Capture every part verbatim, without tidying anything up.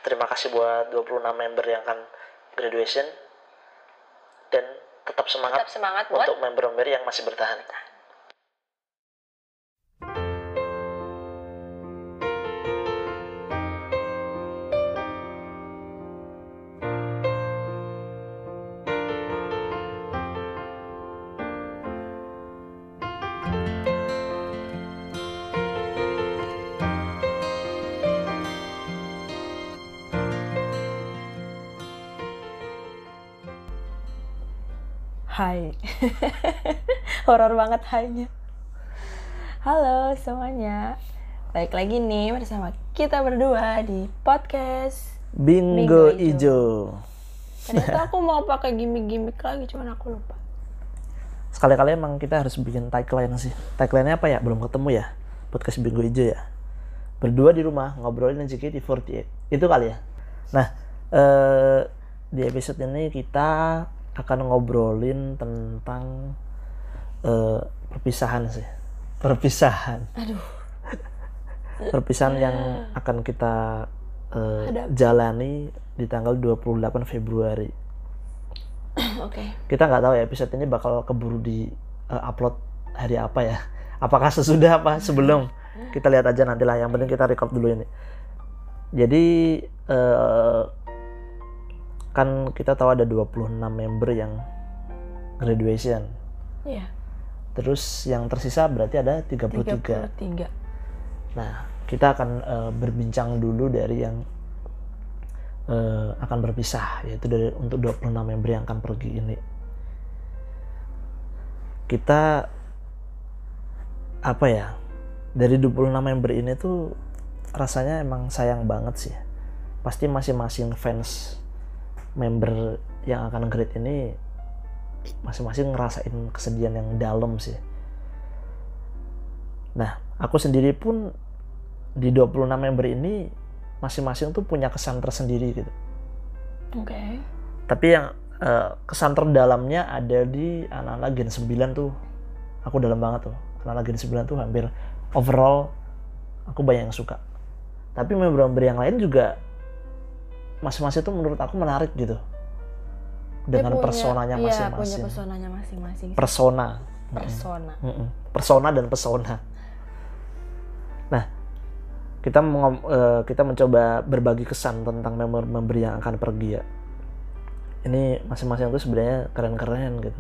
terima kasih buat dua puluh enam member yang akan graduation. Dan tetap semangat, Tetap semangat untuk buat member-member yang masih bertahan. Hai. Horor banget hai-nya. Halo semuanya. Balik lagi nih bersama kita berdua di podcast Bingo, Bingo Ijo. Tadi tuh aku mau pakai gimmick-gimmick lagi, cuman aku lupa. Sekali-kali emang kita harus bikin tagline sih. Tagline-nya apa ya? Belum ketemu ya. Podcast Bingo Ijo ya. Berdua di rumah ngobrolin J K T empat delapan. Itu kali ya. Nah, eh, di episode ini kita akan ngobrolin tentang uh, perpisahan sih. Perpisahan. Aduh. Perpisahan yang akan kita uh, jalani di tanggal dua puluh delapan Februari. Oke. Okay. Kita nggak tahu ya episode ini bakal keburu di uh, upload hari apa ya. Apakah sesudah apa sebelum? Kita lihat aja nantilah. Yang penting kita record dulu ini. Jadi uh, kan kita tahu ada dua puluh enam member yang graduation. Iya. Terus yang tersisa berarti ada tiga puluh tiga. tiga puluh tiga. Nah, kita akan uh, berbincang dulu dari yang uh, akan berpisah, yaitu dari untuk dua puluh enam member yang akan pergi ini. Kita apa ya? Dari dua puluh enam member ini tuh rasanya emang sayang banget sih. Pasti masing-masing fans member yang akan grade ini masing-masing ngerasain kesedihan yang dalam sih. Nah, aku sendiri pun di dua puluh enam member ini masing-masing tuh punya kesan tersendiri gitu. Oke. Okay. Tapi yang uh, kesan terdalamnya ada di anak-anak Gen sembilan tuh. Aku dalam banget tuh. Anak-anak Gen sembilan tuh hampir overall aku banyak yang suka. Tapi member-member yang lain juga masing-masing itu menurut aku menarik gitu dengan punya, personanya masing-masing. Iya, punya personanya masing-masing. Persona. Persona. Mm-mm. Persona dan pesona. Nah, kita meng- uh, kita mencoba berbagi kesan tentang member-member yang akan pergi ya. Ini masing-masing itu sebenarnya keren-keren gitu.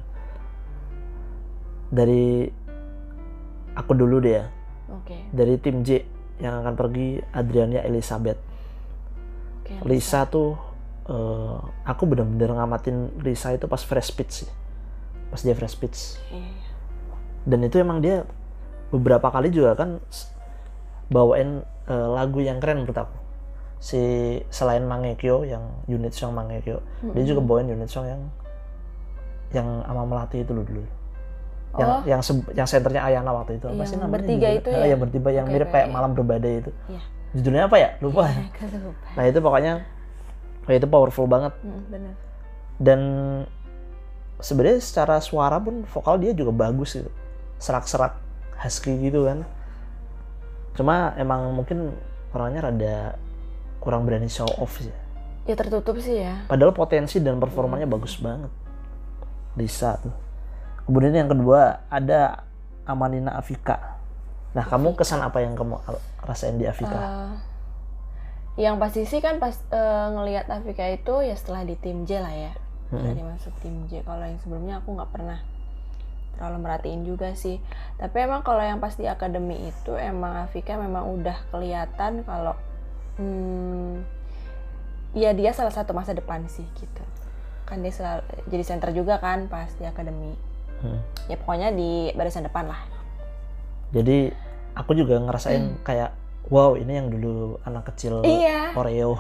Dari aku dulu deh ya. Oke. Okay. Dari tim J yang akan pergi Adriania Elizabeth. Okay, Lisa Lisa tuh uh, aku benar-benar ngamatin Lisa itu pas fresh pitch sih. Pas dia fresh pitch. Okay. Dan itu emang dia beberapa kali juga kan bawain uh, lagu yang keren menurut aku. Si selain Mangekyo yang unit song Mangekyo, mm-hmm. dia juga bawain unit song yang yang sama Melati itu loh dulu. Oh. Yang yang se- yang senternya Ayana waktu itu apa yang sih namanya? Bertiga juga? itu ya. ya. Yang bertiga yang okay, mirip kayak Malam Berbadai itu. Iya. Judulnya apa ya? Lupa. Ya, lupa. Nah itu pokoknya itu powerful banget. Mm, bener. Dan sebenarnya secara suara pun vokal dia juga bagus gitu. Serak-serak husky gitu kan. Cuma emang mungkin orangnya rada kurang berani show off sih. Ya tertutup sih ya. Padahal potensi dan performanya hmm. bagus banget. Lisa tuh. Kemudian yang kedua ada Amanina Afika. Nah, Afika. Kamu kesan apa yang kamu rasain di Afika? Uh, yang pasti sih kan pas uh, ngelihat Afika itu ya setelah di tim J lah ya. Setelah hmm. dia masuk tim J. Kalau yang sebelumnya aku nggak pernah terlalu merhatiin juga sih. Tapi emang kalau yang pas di akademi itu emang Afika memang udah kelihatan kalau hmm, ya dia salah satu masa depan sih gitu. Kan dia selalu jadi center juga kan pas di akademi. Hmm. Ya pokoknya di barisan depan lah. Jadi aku juga ngerasain hmm. kayak wow ini yang dulu anak kecil iya. Oreo.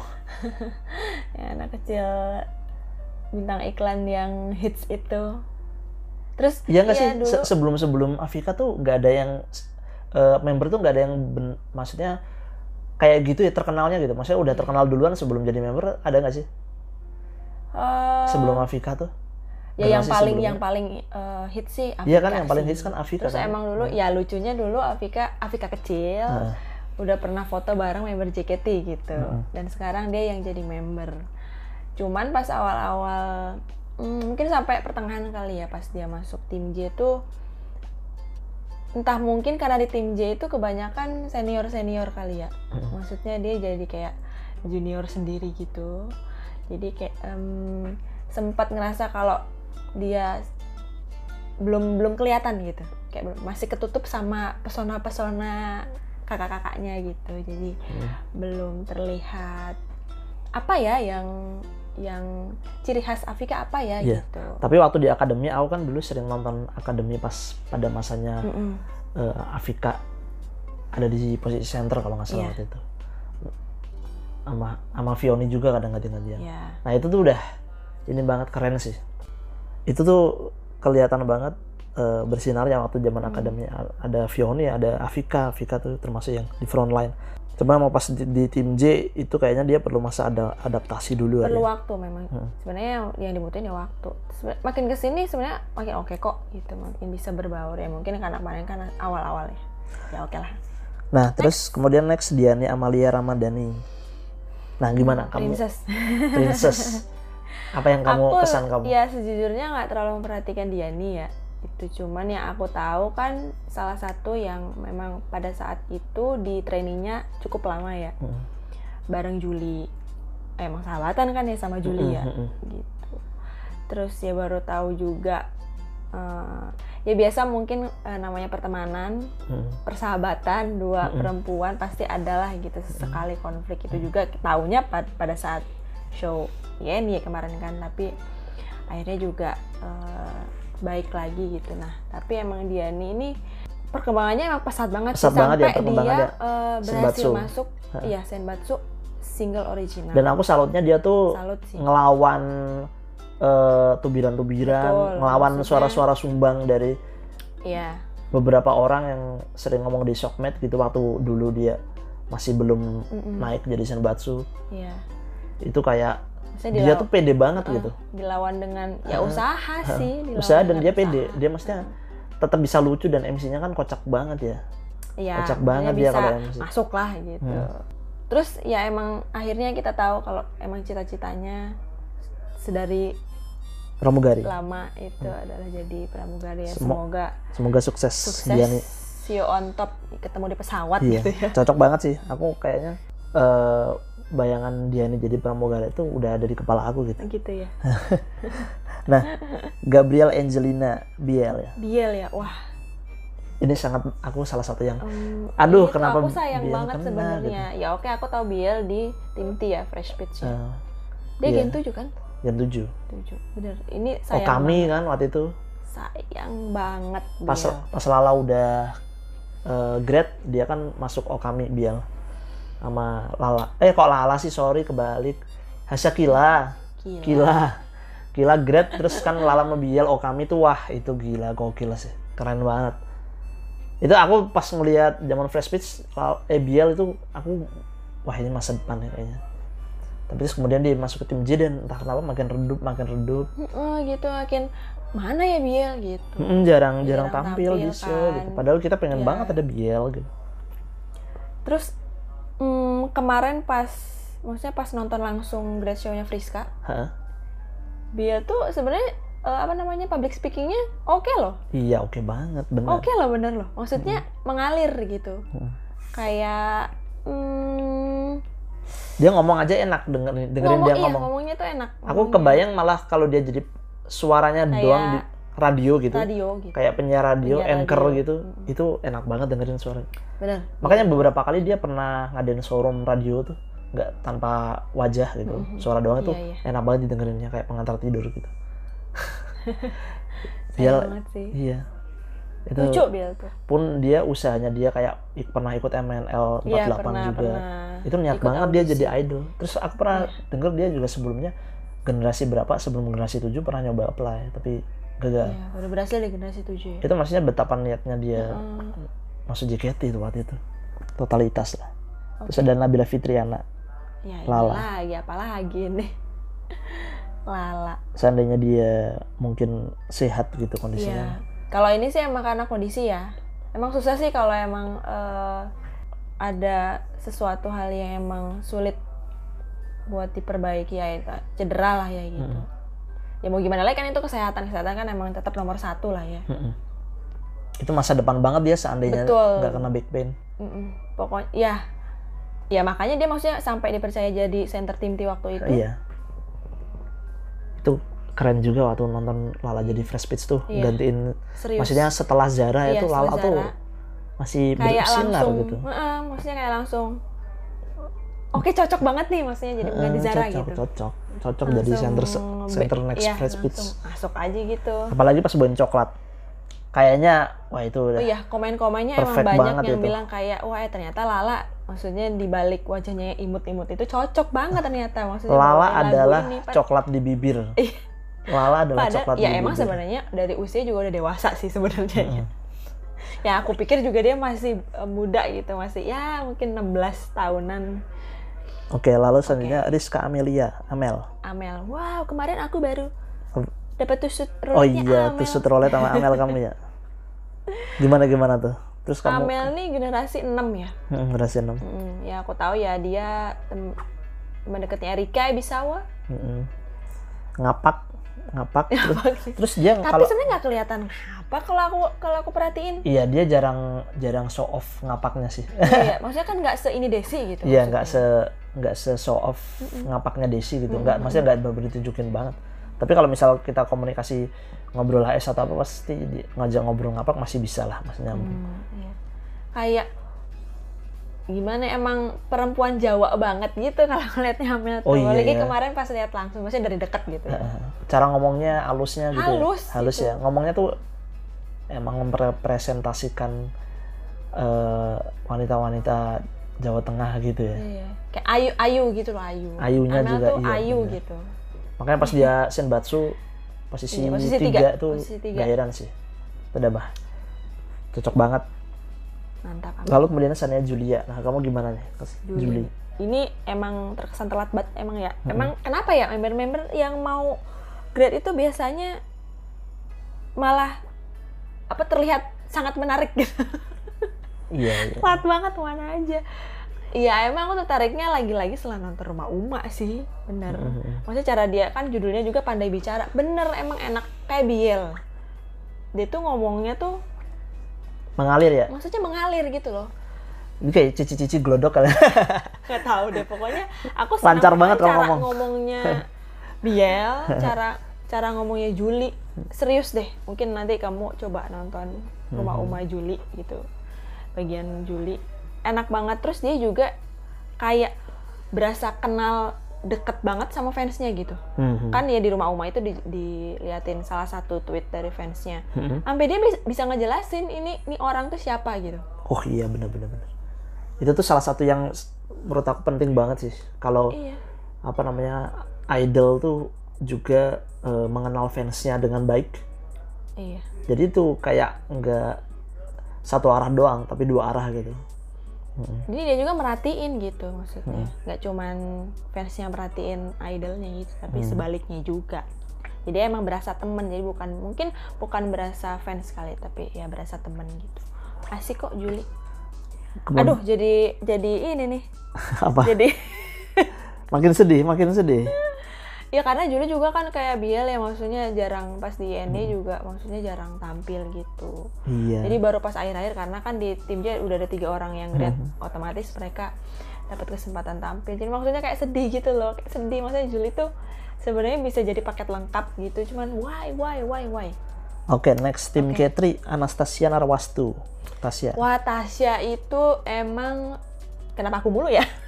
Ya, anak kecil bintang iklan yang hits itu. Terus ya nggak iya, sih dulu... Se- sebelum sebelum Afika tuh nggak ada yang uh, member tuh nggak ada yang ben- maksudnya kayak gitu ya terkenalnya gitu. Maksudnya udah terkenal duluan sebelum jadi member ada nggak sih? Uh... Sebelum Afika tuh? Ya yang paling, yang paling uh, hits sih Afika. Iya kan yang paling sih. hits kan Afika. Terus kan? emang dulu hmm. ya lucunya dulu Afika Afika kecil. Hmm. udah pernah foto bareng member J K T gitu. Hmm. Dan sekarang dia yang jadi member. Cuman pas awal-awal hmm, mungkin sampai pertengahan kali ya pas dia masuk tim J tuh, entah mungkin karena di tim J itu kebanyakan senior-senior kali ya. Hmm. Maksudnya dia jadi kayak junior sendiri gitu. Jadi kayak um, sempat ngerasa kalau dia belum belum kelihatan gitu. Kayak masih ketutup sama pesona-pesona kakak-kakaknya gitu. Jadi hmm. belum terlihat apa ya yang yang ciri khas Afika apa ya yeah. gitu. Tapi waktu di akademi aku kan dulu sering nonton akademi pas pada masanya mm-hmm. uh, Afika ada di posisi center kalau nggak salah yeah. waktu itu. Sama sama Vioni juga kadang-kadang dia. Yeah. Nah itu tuh udah ini banget keren sih. Itu tuh kelihatan banget uh, bersinarnya waktu zaman mm. akademi. Ada Vioni, ada Afika. Afika tuh termasuk yang di front line. Cuma mau pas di, di tim J itu kayaknya dia perlu masa ada adaptasi dulu. Perlu aja. waktu memang. Hmm. Sebenarnya yang, yang dibutuhin ya waktu. Seben- makin kesini sebenarnya makin oke okay kok gitu, makin bisa berbaur ya mungkin karena kemarin kan awal-awal ya. Ya oke okay lah. Nah next. Terus kemudian next Diani Amalia Ramadhani. Nah gimana kamu? Princess. Princess. Apa yang kamu aku, kesan kamu? Ya sejujurnya nggak terlalu memperhatikan Diani ya. Itu cuman yang aku tahu kan salah satu yang memang pada saat itu di trainingnya cukup lama ya hmm. bareng Juli, emang sahabatan kan ya sama Juli ya hmm. gitu. Terus ya baru tahu juga uh, ya biasa mungkin uh, namanya pertemanan hmm. persahabatan dua hmm. perempuan pasti adalah gitu sekali konflik itu juga taunya pad- pada saat show Yeni ya kemarin kan, tapi akhirnya juga uh, baik lagi gitu. Nah tapi emang Diani ini perkembangannya emang pesat banget pesat sih, banget sampai ya, dia uh, berhasil Senbatsu. masuk ya Senbatsu single original. Dan aku salutnya dia tuh ngelawan uh, tubiran-tubiran, betul, ngelawan maksudnya, suara-suara sumbang dari iya. beberapa orang yang sering ngomong di Shockmate gitu waktu dulu dia masih belum Mm-mm. naik jadi Senbatsu. Iya. Itu kayak Maksudnya dia dilaw- tuh pede banget uh, gitu. Dilawan dengan ya usaha uh, sih. Uh, usaha dan dia usaha. pede. Dia maksudnya tetap bisa lucu dan M C-nya kan kocak banget ya. Iya. Kocak banget dia kalau M C. Masuk lah gitu. Hmm. Terus ya emang akhirnya kita tahu kalau emang cita-citanya sedari pramugari lama itu hmm. adalah jadi pramugari ya. Semo- semoga semoga sukses. Sukses. Diani. See you on top, ketemu di pesawat iya, gitu ya. Cocok banget sih. Aku kayaknya uh, bayangan Diani jadi pramugari itu udah ada di kepala aku gitu. Gitu ya. Nah, Gabriel Angelina Biel ya. Biel ya, wah. Ini sangat aku salah satu yang, um, aduh itu kenapa aku sayang Biel banget sebenarnya. Gitu. Ya oke, aku tahu Biel di tim T ya, Fresh Pitch ya. Uh, Dia iya. Gen tujuh kan? Gen tujuh. tujuh, bener. Ini sayang. Oh kami banget. kan waktu itu. Sayang banget. Pas Biel. pas Lala udah uh, grade, dia kan masuk Okami Biel. Sama Lala, eh kok Lala sih, sorry kebalik Hasya Kila Kila Kila, Kila grade, terus kan Lala sama Biel Okami tuh wah itu gila, gokil sih, keren banget. Itu aku pas ngeliat zaman Fresh Pitch eh Biel itu aku wah ini masa depan ya kayaknya. Tapi terus kemudian dia masuk ke tim J dan entah kenapa makin redup makin redup uh, gitu makin mana ya Biel gitu. Mm, jarang, jarang jarang tampil, tampil di show kan. Gitu. Padahal kita pengen yeah. banget ada Biel gitu. Terus Hmm, kemarin pas, maksudnya pas nonton langsung grad show-nya Friska, huh? Biel tuh sebenarnya uh, apa namanya public speaking-nya oke okay loh. Iya oke okay banget, bener. Oke okay loh, bener loh. Maksudnya hmm. mengalir gitu, hmm. kayak hmm, dia ngomong aja enak, dengerin dengerin ngomong, dia iya, ngomong. Ngomongnya tuh enak. Ngomongnya. Aku kebayang malah kalau dia jadi suaranya kayak doang di radio gitu, radio gitu, kayak penyiar radio, penyiar anchor radio. Gitu, hmm. itu enak banget dengerin suara. Bener. Makanya beberapa kali dia pernah ngadain showroom radio tuh, nggak tanpa wajah gitu, mm-hmm. suara doang itu iya, iya. enak banget didengerinnya kayak pengantar tidur gitu. Biel, banget sih. Iya. Itu lucu Biel tuh. Pun dia usahanya dia kayak pernah ikut M N L empat puluh delapan ya, pernah, juga. Pernah itu niat banget audisi. Dia jadi idol. Terus aku pernah yeah. denger dia juga sebelumnya generasi berapa sebelum generasi tujuh pernah nyoba apply tapi gagal. Iya, udah berhasil di generasi tujuh ya. Itu maksudnya betapa niatnya dia mm. masuk J K T itu waktu itu. Totalitas lah. Okay. Terus ada Nabila Fitriana. Ya, Lala. Lagi apalagi nih. Lala. Seandainya dia mungkin sehat gitu kondisinya. Iya. Kalau ini sih emang karena kondisi ya. Emang susah sih kalau emang uh, ada sesuatu hal yang emang sulit buat diperbaiki ya itu cedera lah ya gitu. Hmm. Ya mau gimana lagi kan itu kesehatan kesehatan kan emang tetap nomor satu lah ya. Hmm. Itu masa depan banget dia seandainya nggak kena back pain. Hmm. Pokoknya ya, ya makanya dia maksudnya sampai dipercaya jadi center tim di waktu itu. Iya. Itu keren juga waktu nonton Lala jadi fresh pitch tuh, iya. Gantiin. Serius. Maksudnya setelah Zara iya, itu Lala Zara. Tuh masih bersinar gitu. Uh, maksudnya kayak langsung. Oke cocok banget nih maksudnya jadi pengganti Zara cocok, gitu. Cocok, cocok jadi center center next iya, fresh pitch. Masuk aja gitu. Apalagi pas bawain coklat. Kayaknya wah itu udah. Oh iya, komen-komennya emang banyak yang itu. Bilang kayak wah ya ternyata Lala maksudnya di balik wajahnya yang imut-imut itu cocok banget ternyata maksudnya. Lala adalah ini, coklat di bibir. Lala adalah Pada, coklat ya di bibir. Ya emang sebenarnya dari usia juga udah dewasa sih sebenarnya. Mm-hmm. Ya aku pikir juga dia masih muda gitu, masih ya mungkin enam belas tahunan. Oke, lalu selanjutnya okay. Rizka Amelia, Amel. Amel, wow kemarin aku baru dapat tusut roletnya. Oh iya, Amel. tusut rolet sama Amel kamu ya. Gimana gimana tuh? Terus kamu? Amel nih generasi enam ya. Hmm, generasi enam. Hmm, ya aku tahu ya dia tem- teman dekatnya Rika Ebisawa. Hmm. Ngapak, ngapak. terus, terus dia tapi kalau sebenarnya nggak kelihatan apa kalau aku kalau aku perhatiin. Iya dia jarang jarang show off ngapaknya sih. Iya, maksudnya kan nggak se ini Desi gitu. Iya nggak se nggak se show off mm-mm. ngapaknya Desi gitu, nggak, mm-mm. maksudnya nggak bener-bener ditunjukin banget. Tapi kalau misal kita komunikasi ngobrol H S atau apa pasti di, ngajak ngobrol ngapak masih bisa lah, maksudnya. Hmm, iya. Kayak gimana emang perempuan Jawa banget gitu kalau ngeliatnya Amel tuh. Oh, iya, lagi iya. Kemarin pas lihat langsung, maksudnya dari dekat gitu. Ya. Cara ngomongnya halusnya gitu. Halus. Ya. Halus gitu. Ya. Ngomongnya tuh emang merepresentasikan uh, wanita-wanita Jawa Tengah gitu ya. Iya. Kayak ayu-ayu gitu loh, ayu. Ayunya Amel juga tuh iya. Ayu bener. Gitu. Makanya pas dia Senbatsu posisi, iya, posisi tiga, tiga tuh gak heran sih. Itu udah bah. Cocok banget. Mantap. Amin. Lalu kemudian Sania Julia. Nah, kamu gimana nih? Juli. Juli. Ini emang terkesan telat banget emang ya. Hmm. Emang kenapa ya member-member yang mau grade itu biasanya malah apa terlihat sangat menarik gitu. Iya, iya. Telat banget mana aja. Iya, emang aku tertariknya lagi-lagi setelah nonton Rumah Uma sih. Bener. Mm-hmm. Maksudnya cara dia kan judulnya juga pandai bicara. Bener, emang enak kayak Biel. Dia tuh ngomongnya tuh mengalir ya? Maksudnya mengalir gitu loh. Ini kayak cici-cici glodok kali. Gak tahu deh, pokoknya aku senang lancar banget kalau cara ngomong. ngomongnya Biel, cara cara ngomongnya Juli. Serius deh, mungkin nanti kamu coba nonton Rumah mm-hmm. Uma Juli gitu. Bagian Juli. Enak banget, terus dia juga kayak berasa kenal deket banget sama fansnya gitu. Mm-hmm. Kan ya di Rumah Uma itu di, diliatin salah satu tweet dari fansnya. Mm-hmm. Sampai dia bisa, bisa ngejelasin ini ini orang tuh siapa gitu. Oh iya benar-benar benar. Itu tuh salah satu yang menurut aku penting banget sih. Kalau iya. apa namanya idol tuh juga e, mengenal fansnya dengan baik. Iya. Jadi tuh kayak nggak satu arah doang, tapi dua arah gitu. Hmm. Jadi dia juga merhatiin gitu maksudnya, nggak hmm. cuman fansnya merhatiin idolnya gitu, tapi hmm. sebaliknya juga. Jadi emang berasa temen, jadi bukan mungkin bukan berasa fans kali, tapi ya berasa temen gitu. Asik kok Juli. Kemana? Aduh, jadi jadi ini nih. Apa? Jadi makin sedih, makin sedih. Ya karena Juli juga kan kayak Biel ya, maksudnya jarang pas di N D hmm. juga maksudnya jarang tampil gitu. Iya. Jadi baru pas akhir-akhir karena kan di tim dia udah ada tiga orang yang grade, hmm. otomatis mereka dapat kesempatan tampil. Jadi maksudnya kayak sedih gitu loh, kayak sedih maksudnya Juli tuh sebenarnya bisa jadi paket lengkap gitu, cuman why why why why. Oke, okay, next tim okay. K tiga Anastasia Narwastu. Tasya. Wah, Tasya itu emang kenapa aku mulu ya?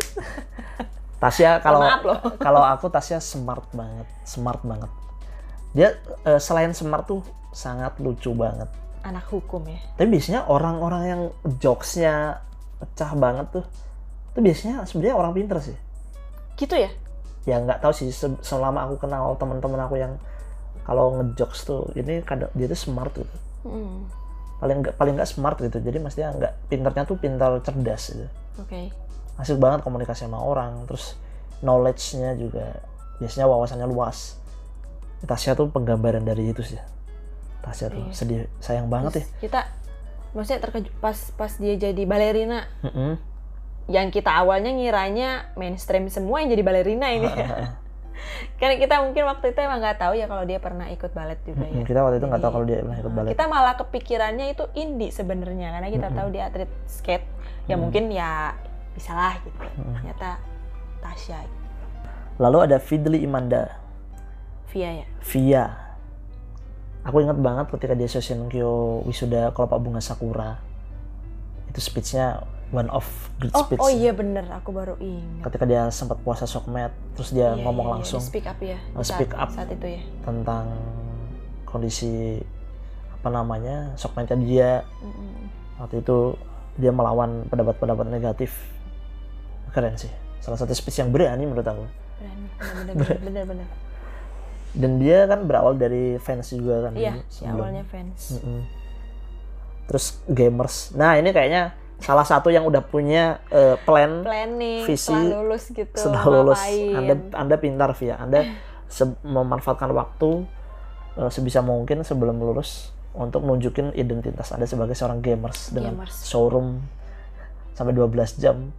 Tasya kalau kalau aku Tasya smart banget, smart banget. Dia uh, selain smart tuh sangat lucu banget. Anak hukum ya. Tapi biasanya orang-orang yang jokesnya pecah banget tuh, itu biasanya sebenarnya orang pinter sih. Gitu ya? Ya nggak tahu sih, selama aku kenal teman-teman aku yang kalau ngejokes tuh, ini kadang dia tuh smart gitu. Hmm. Paling nggak paling nggak smart gitu. Jadi maksudnya nggak pinternya tuh pintar cerdas gitu. Oke. Okay. Asik banget komunikasi sama orang, terus knowledge-nya juga biasanya wawasannya luas. Tasya tuh penggambaran dari itu sih. Tasya tuh iya. sedih, sayang banget terus ya. Kita maksudnya terkejut pas pas dia jadi balerina. Mm-mm. Yang kita awalnya ngiranya mainstream semua yang jadi balerina ini. Karena kita mungkin waktu itu emang nggak tahu ya kalau dia pernah ikut balet juga ya. Kita waktu itu nggak tahu kalau dia pernah ikut balet. Kita malah kepikirannya itu indie sebenarnya karena kita mm-hmm. tahu dia atlet skate. Ya mm-hmm. mungkin ya bisalah gitu. Mm-hmm. Ternyata Tasya. Lalu ada Fidli Imanda. Via ya. Via. Aku ingat banget ketika dia Soshinkyo wisuda kelopak bunga sakura. Itu speech-nya one of great oh, speech. Oh iya bener, aku baru ingat. Ketika dia sempat puasa sokmed, terus dia iya, ngomong iya, langsung. Iya, speak up ya. Uh, speak saat, up saat itu ya. Tentang kondisi apa namanya sokmednya dia. Mm-hmm. Waktu itu dia melawan pendapat-pendapat negatif. Keren sih. Salah satu speech yang berani menurut aku. Berani, bener-bener. bener-bener. Dan dia kan berawal dari fans juga kan. Iya, si awalnya fans. Mm-mm. Terus gamers. Nah ini kayaknya salah satu yang udah punya uh, plan, planning, visi, setelah lulus gitu. Setelah lulus, Anda, Anda pintar Via. Anda se- memanfaatkan waktu uh, sebisa mungkin sebelum lulus untuk nunjukin identitas Anda sebagai seorang gamers dengan gamers. showroom sampai dua belas jam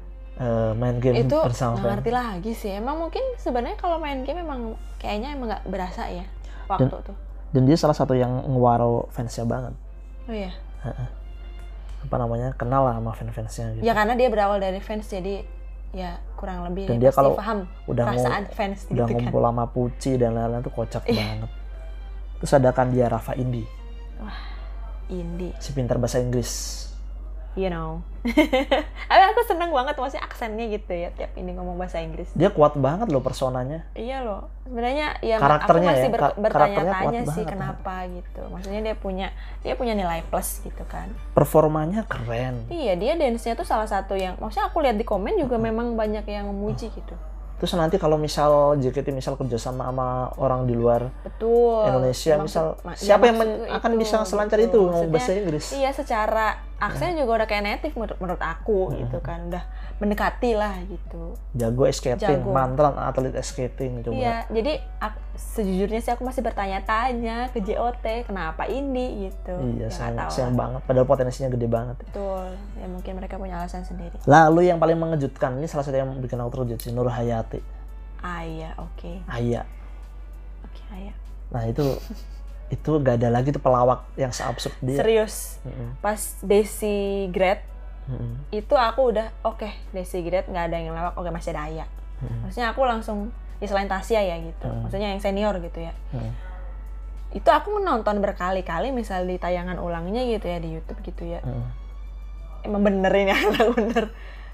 uh, main game itu bersama. Itu ngerti lagi sih. Emang mungkin sebenarnya kalau main game emang kayaknya emang nggak berasa ya waktu dan, tuh. Dan dia salah satu yang ngewaro fansnya banget. Oh iya. Uh-uh. Apa namanya kenal lah sama fans-fansnya gitu. Ya karena dia berawal dari fans jadi ya kurang lebih dan dia dia kalau paham udah perasaan ngum, fans udah gitu ngumpul kan. sama Puci dan lain-lain tuh kocak banget. Terus ada kan dia Rafa Indi. Wah, Indi. Si pintar bahasa Inggris. You know. Tapi aku seneng banget maksudnya aksennya gitu ya tiap ini ngomong bahasa Inggris. Dia kuat banget loh personanya. Iya loh. Sebenarnya ya karakternya aku masih ya, ber, ka- bertanya-tanya sih banget, kenapa ya. Gitu. Maksudnya dia punya dia punya nilai plus gitu kan. Performanya keren. Iya, dia dance-nya tuh salah satu yang maksudnya aku lihat di komen juga memang banyak yang memuji gitu. Terus nanti kalau misal J K T misal kerjasama sama orang di luar Betul. Indonesia maksud, misal ma- siapa ya yang men- itu, akan bisa selancar gitu. itu ngomong Maksudnya, bahasa Inggris. Iya, secara aksen juga udah kayak native menurut, menurut aku hmm. gitu kan, udah mendekati lah gitu. Jago skating, Jago. mantan atlet skating coba. Iya, jadi aku, sejujurnya sih aku masih bertanya-tanya ke J O T kenapa ini gitu. Iya, ya, sayang, sayang banget. Padahal potensinya gede banget. Betul, ya mungkin mereka punya alasan sendiri. Lalu yang paling mengejutkan ini salah satu yang bikin aku terkejut sih, Nur Hayati. Aya, oke. Okay. Aya. Oke, okay, Aya. Nah itu itu gak ada lagi tuh pelawak yang seabsurd dia. Serius. Mm-hmm. Pas Desi Grade, mm-hmm. itu aku udah oke, okay, Desi Grade nggak ada yang lawak, oke okay, masih ada Aya. Mm-hmm. Maksudnya aku langsung ya selain Tasya ya gitu. Mm-hmm. Maksudnya yang senior gitu ya. Mm-hmm. Itu aku menonton berkali-kali misal di tayangan ulangnya gitu ya di YouTube gitu ya. Mm-hmm. Emang bener ini emang bener.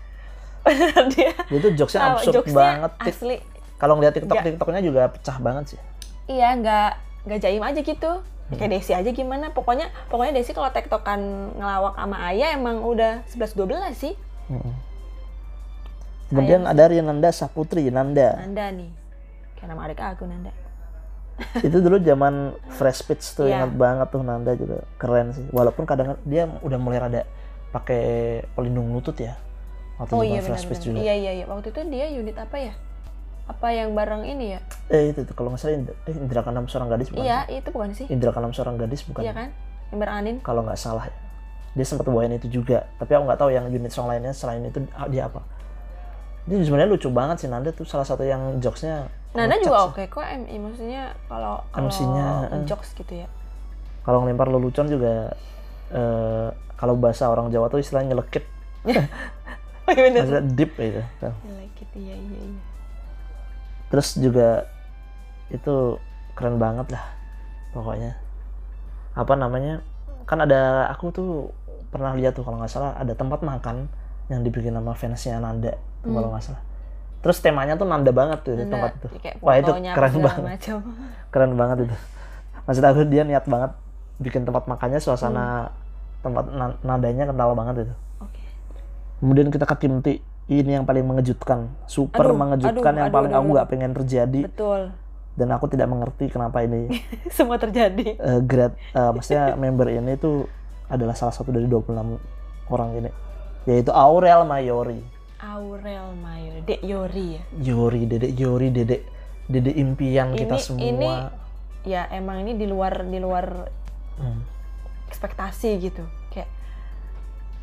Bener dia. Dia tuh jokesnya oh, absurd jokesnya banget. Asli. Kalau ngeliat TikTok gak, TikToknya juga pecah banget sih. Iya, nggak nggak jaim aja gitu. Hmm. Kayak Desi aja gimana. Pokoknya pokoknya Desi kalau TikTokan ngelawak sama Aya emang udah sebelas dua belas sih. Hmm. Kemudian Aya ada Rinanda Saputri, Nanda. Nanda nih. Kayak nama adik aku Nanda. Itu dulu zaman Fresh Pitch tuh, yeah. ingat banget tuh Nanda juga keren sih. Walaupun kadang dia udah mulai rada pakai pelindung lutut ya. Waktu oh iya benar-benar. Iya iya iya. Waktu itu dia unit apa ya? Apa yang bareng ini ya? Eh itu tuh kalau nggak salah eh, Indra Kaenam Seorang Gadis bukan? Iya, sih? itu bukan sih? Indra Kaenam Seorang Gadis bukan? Iya kan? Yang bareng Anin? Kalau nggak salah ya. Dia sempat bawain itu juga. Tapi aku nggak tahu yang unit song lainnya selain itu dia apa. Dia sebenarnya lucu banget sih Nanda tuh, salah satu yang jokesnya. Nanda juga oke okay. Kok M I maksudnya kalau M C-nya jokes gitu ya. Kalau ngelempar lelucon juga eh, kalau bahasa orang Jawa tuh istilahnya nyelekit. Oh iya bener. Maksudnya deep gitu. Nyelekit, iya iya iya. Terus juga itu keren banget lah pokoknya. Apa namanya? Kan ada aku tuh pernah lihat tuh kalau nggak salah ada tempat makan yang dibikin sama fansnya Nanda hmm. kalau nggak salah. Terus temanya tuh Nanda banget tuh Nanda, tempat itu. Wah itu keren banget. Macam. Keren banget itu. Maksud aku dia niat banget bikin tempat makannya suasana hmm. tempat na- nadanya kental banget itu. Oke. Okay. Kemudian kita ke tim T. Ini yang paling mengejutkan, super aduh, mengejutkan aduh, yang aduh, paling aduh, aku nggak pengen terjadi. Betul. Dan aku tidak mengerti kenapa ini semua terjadi. Uh, grad, uh, maksudnya member ini tuh adalah salah satu dari dua puluh enam orang ini, yaitu Aurel Mayori. Aurel Mayori, Dek Yori ya. Yori, Dedek Yori, Dedek, Dedek impian ini, kita semua. Ini ya emang ini di luar di luar hmm. ekspektasi gitu, kayak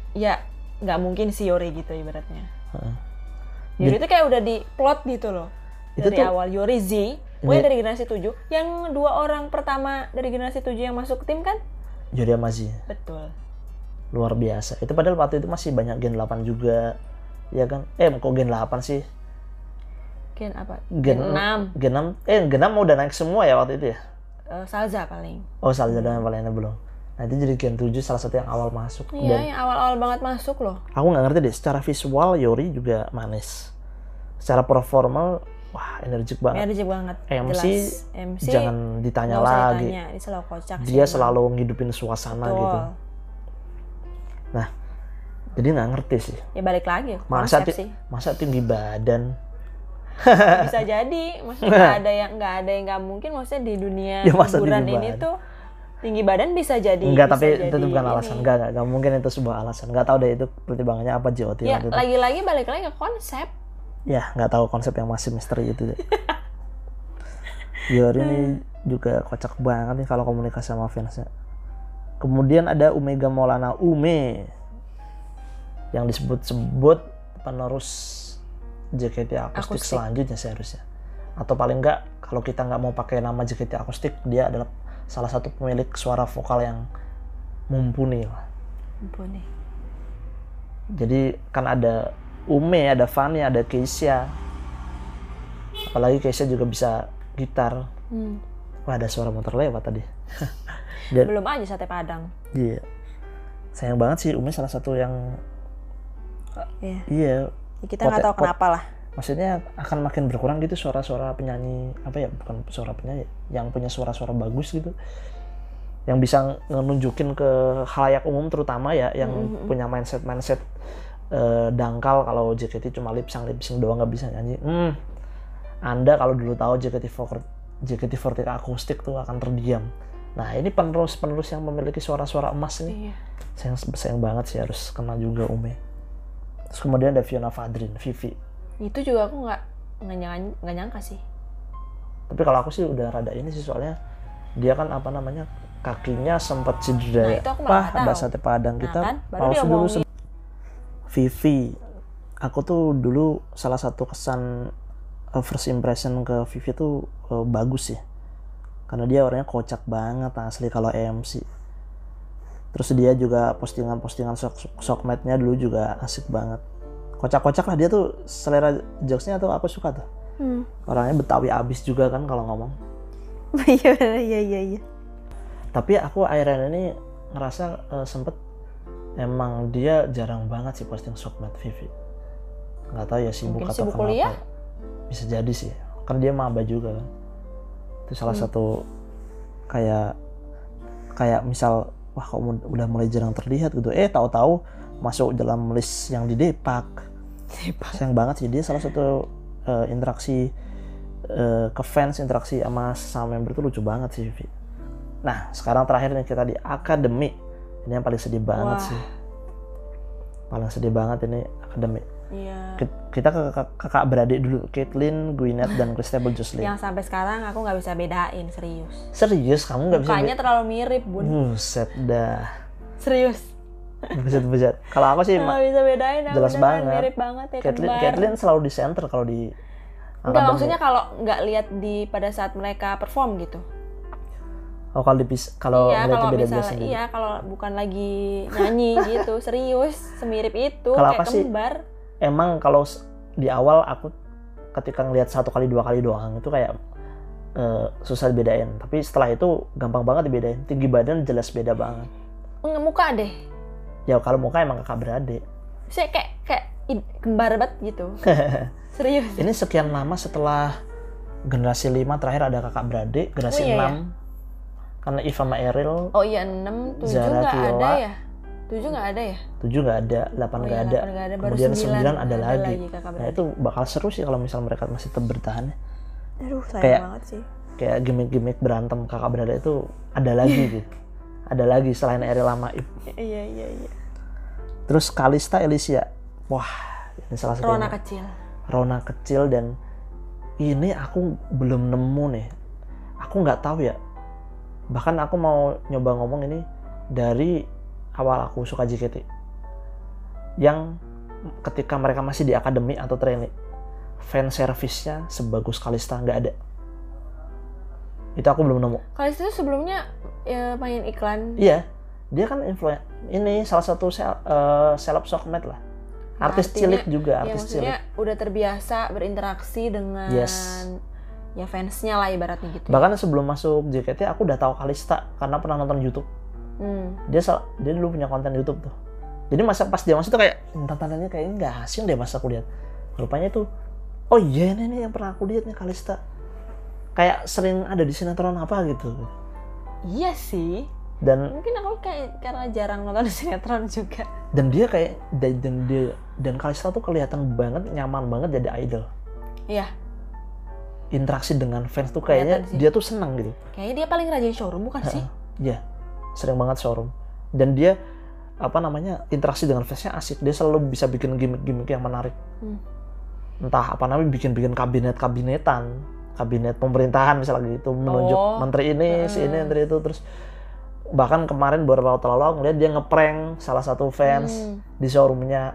ya nggak mungkin si Yori gitu ibaratnya. Heeh. Yori itu kayak udah di plot gitu loh. Itu Dari tuh- awal Yori Z, Iya. pokoknya dari generasi tujuh. Yang dua orang pertama dari generasi tujuh yang masuk tim kan? Yori Amazi Betul. luar biasa. Itu padahal waktu itu masih banyak Gen delapan juga, ya kan? Eh kok Gen delapan sih? Gen apa? Gen, Gen enam. Gen enam. Eh Gen enam udah naik semua ya waktu itu ya? Eh, Salza paling. Oh Salza dan yang lainnya belum. Nah itu jadi Gen tujuh salah satu yang awal masuk. Iya, Dan yang awal-awal banget masuk loh. aku nggak ngerti deh, secara visual Yori juga manis. Secara performal, wah energik banget. Energik banget. M C, Jelas. M C jangan ditanya nggak usah lagi. ditanya, dia selalu kocak. sih Dia emang. selalu ngidupin suasana Betul. gitu. Nah, jadi nggak ngerti sih. Ya balik lagi Masa, konsep ti- sih. masa tinggi badan? Bisa jadi, maksudnya nggak ada yang nggak ada yang nggak mungkin, maksudnya di dunia Ya, masa hiburan tinggi ini badan? tuh tinggi badan bisa jadi. Enggak, bisa tapi jadi itu bukan ini. alasan. Enggak, enggak, enggak mungkin itu sebuah alasan. Enggak tahu deh itu pertimbangannya apa J O T Ya waktu itu. lagi-lagi balik lagi ke konsep. Ya, nggak tahu konsep yang masih misteri itu deh. Yori ini juga kocak banget nih kalau komunikasi sama fansnya. Kemudian ada Omega Maulana Ume yang disebut-sebut penerus J K T Akustik Akustik. selanjutnya seharusnya. Atau paling enggak kalau kita nggak mau pakai nama J K T Akustik, dia adalah salah satu pemilik suara vokal yang mumpuni lah. Ampun nih. Jadi kan ada Ume, ada Fanny, ada Keisha. Apalagi Keisha juga bisa gitar. Hmm. Wah, ada suara motor lewat tadi. Dan Belum aja sate Padang. iya. Sayang banget sih Ume salah satu yang Iya. iya, Ya, kita nggak Pote- tahu kenapa lah. maksudnya akan makin berkurang gitu suara-suara penyanyi apa ya, bukan suara penyanyi, yang punya suara-suara bagus gitu. Yang bisa nunjukin ke khalayak umum terutama ya, yang Mm-hmm. punya mindset-mindset eh, dangkal kalau J K T cuma lip sync lip sync doang nggak bisa nyanyi. Hmm. Anda kalau dulu tahu J K T empat puluh J K T empat puluh akustik tuh akan terdiam. Nah, ini penerus-penerus yang memiliki suara-suara emas nih. Iya. Sayang, sayang banget sih harus kena juga Ume. Terus kemudian ada Fiona Fadrin, Vivi. Itu juga aku nggak nggak nyangka, nggak nyangka sih. Tapi kalau aku sih udah rada ini sih, soalnya dia kan apa namanya, kakinya sempat cedera. Nah, ya. itu aku malah Wah, nggak tahu. ada sate Padang Nah, kita. kan, baru pause dia dulu. omongin. se- Vivi, aku tuh dulu salah satu kesan uh, first impression ke Vivi tuh uh, bagus ya. Karena dia orangnya kocak banget asli kalau M C. Terus dia juga postingan-postingan sok sokmate-nya dulu juga asik banget. Kocak-kocak lah dia tuh, selera jokesnya tuh aku suka tuh. Hmm. Orangnya Betawi abis juga kan kalau ngomong. Iya iya iya iya. Tapi aku akhirnya ini ngerasa uh, sempet emang dia jarang banget sih posting sokmate Vivi. Nggak tahu ya sibuk Mungkin atau sibuk kenapa. kuliah? Bisa jadi sih. Kan dia maba juga kan. Itu salah Hmm. satu kayak kayak misal wah kok mu- udah mulai jarang terlihat gitu. Eh tahu-tahu masuk dalam list yang di Depak. Sayang banget sih, dia salah satu uh, interaksi uh, ke fans, interaksi sama sama member itu lucu banget sih Vivi. Nah sekarang terakhir nih kita di Akademi. Ini yang paling sedih banget Wah. sih. Paling sedih banget ini Akademi. Iya. Ki- Kita ke kakak, kakak beradik dulu, Caitlyn, Gwyneth, dan Christabel Jocelyn. Yang sampai sekarang aku nggak bisa bedain, serius. Serius kamu nggak bisa? Mukanya terlalu mirip, Bun. Buset dah. Serius. Buset buset. Kalau aku sih Nggak bisa bedain, aku jelas beneran banget. mirip banget ya, Caitlyn, kembar. Caitlyn selalu di center kalau di Enggak, Akademi. maksudnya kalau nggak lihat di pada saat mereka perform gitu. Oh kalau dipis kalau Iya, ngeliat kalau beda-beda misalnya sendiri. iya kalau bukan lagi nyanyi gitu, serius, semirip itu Kalau kayak apa sih? kembar. Emang kalau s- di awal aku ketika ngelihat satu kali dua kali doang itu kayak eh, susah dibedain. Tapi setelah itu gampang banget dibedain. Tinggi badan jelas beda banget. Nggak, muka deh. Ya kalau muka emang kakak beradik. Saya kayak kayak id- kembar banget gitu. Serius. Ini sekian lama setelah generasi lima terakhir ada kakak beradik, generasi Oh, iya, enam karena Eva sama Eril, Oh iya, enam, tujuh Zara nggak ada Kiola. ya? tujuh nggak ada ya? tujuh nggak ada, delapan Oh nggak iya, ada. delapan nggak ada, baru Kemudian sembilan sembilan ada, ada lagi. lagi kakak Nah beradik. itu bakal seru sih kalau misal mereka masih tetap bertahan. Aduh, sayang kayak- banget sih. Kayak gimmick-gimmick berantem kakak beradik itu ada lagi gitu. Ada lagi selain Eril sama Ip. Iya, iya, iya. Terus Kalista Elysia. Wah, ini salah satu Rona yang- kecil. Rona kecil dan ini aku belum nemu nih. Aku nggak tahu ya. Bahkan aku mau nyoba ngomong ini dari awal aku suka J K T. yang ketika mereka masih di akademi atau trainee, fan service-nya sebagus Kalista nggak ada. Itu aku belum nemu. Kalista itu sebelumnya ya, main iklan. Iya, dia kan influencer. Ini salah satu sel, uh, seleb sokmed lah. Artis Artinya, cilik juga, ya artis maksudnya cilik. udah terbiasa berinteraksi dengan Yes. ya fansnya lah ibaratnya gitu. Bahkan sebelum masuk J K T aku udah tahu Kalista karena pernah nonton YouTube. Hmm. Dia sal- dia dulu punya konten YouTube tuh. Jadi masa pas dia masuk tuh kayak tontonannya kayak nggak asing deh pas aku lihat. Rupanya tuh, oh iya ini nih yang pernah aku lihat nih Kalista. Kayak sering ada di sinetron apa gitu. Iya sih. Dan Mungkin aku kayak karena jarang nonton sinetron juga. dan dia kayak dan, dan dia dan Kalista tuh kelihatan banget nyaman banget jadi idol. Iya. Interaksi dengan fans tuh kayaknya Kelihatan sih. dia tuh senang gitu. Kayaknya dia paling rajin showroom bukan sih? Iya, sering banget showroom. Dan dia apa namanya interaksi dengan fansnya asik. Dia selalu bisa bikin gimmick-gimmick yang menarik. Hmm. Entah apa namanya bikin-bikin kabinet-kabinetan, kabinet pemerintahan misalnya gitu, menunjuk Oh. menteri ini, si ini, menteri itu, terus bahkan kemarin beberapa waktu lalu aku ngeliat dia ngeprank salah satu fans Hmm. di showroomnya,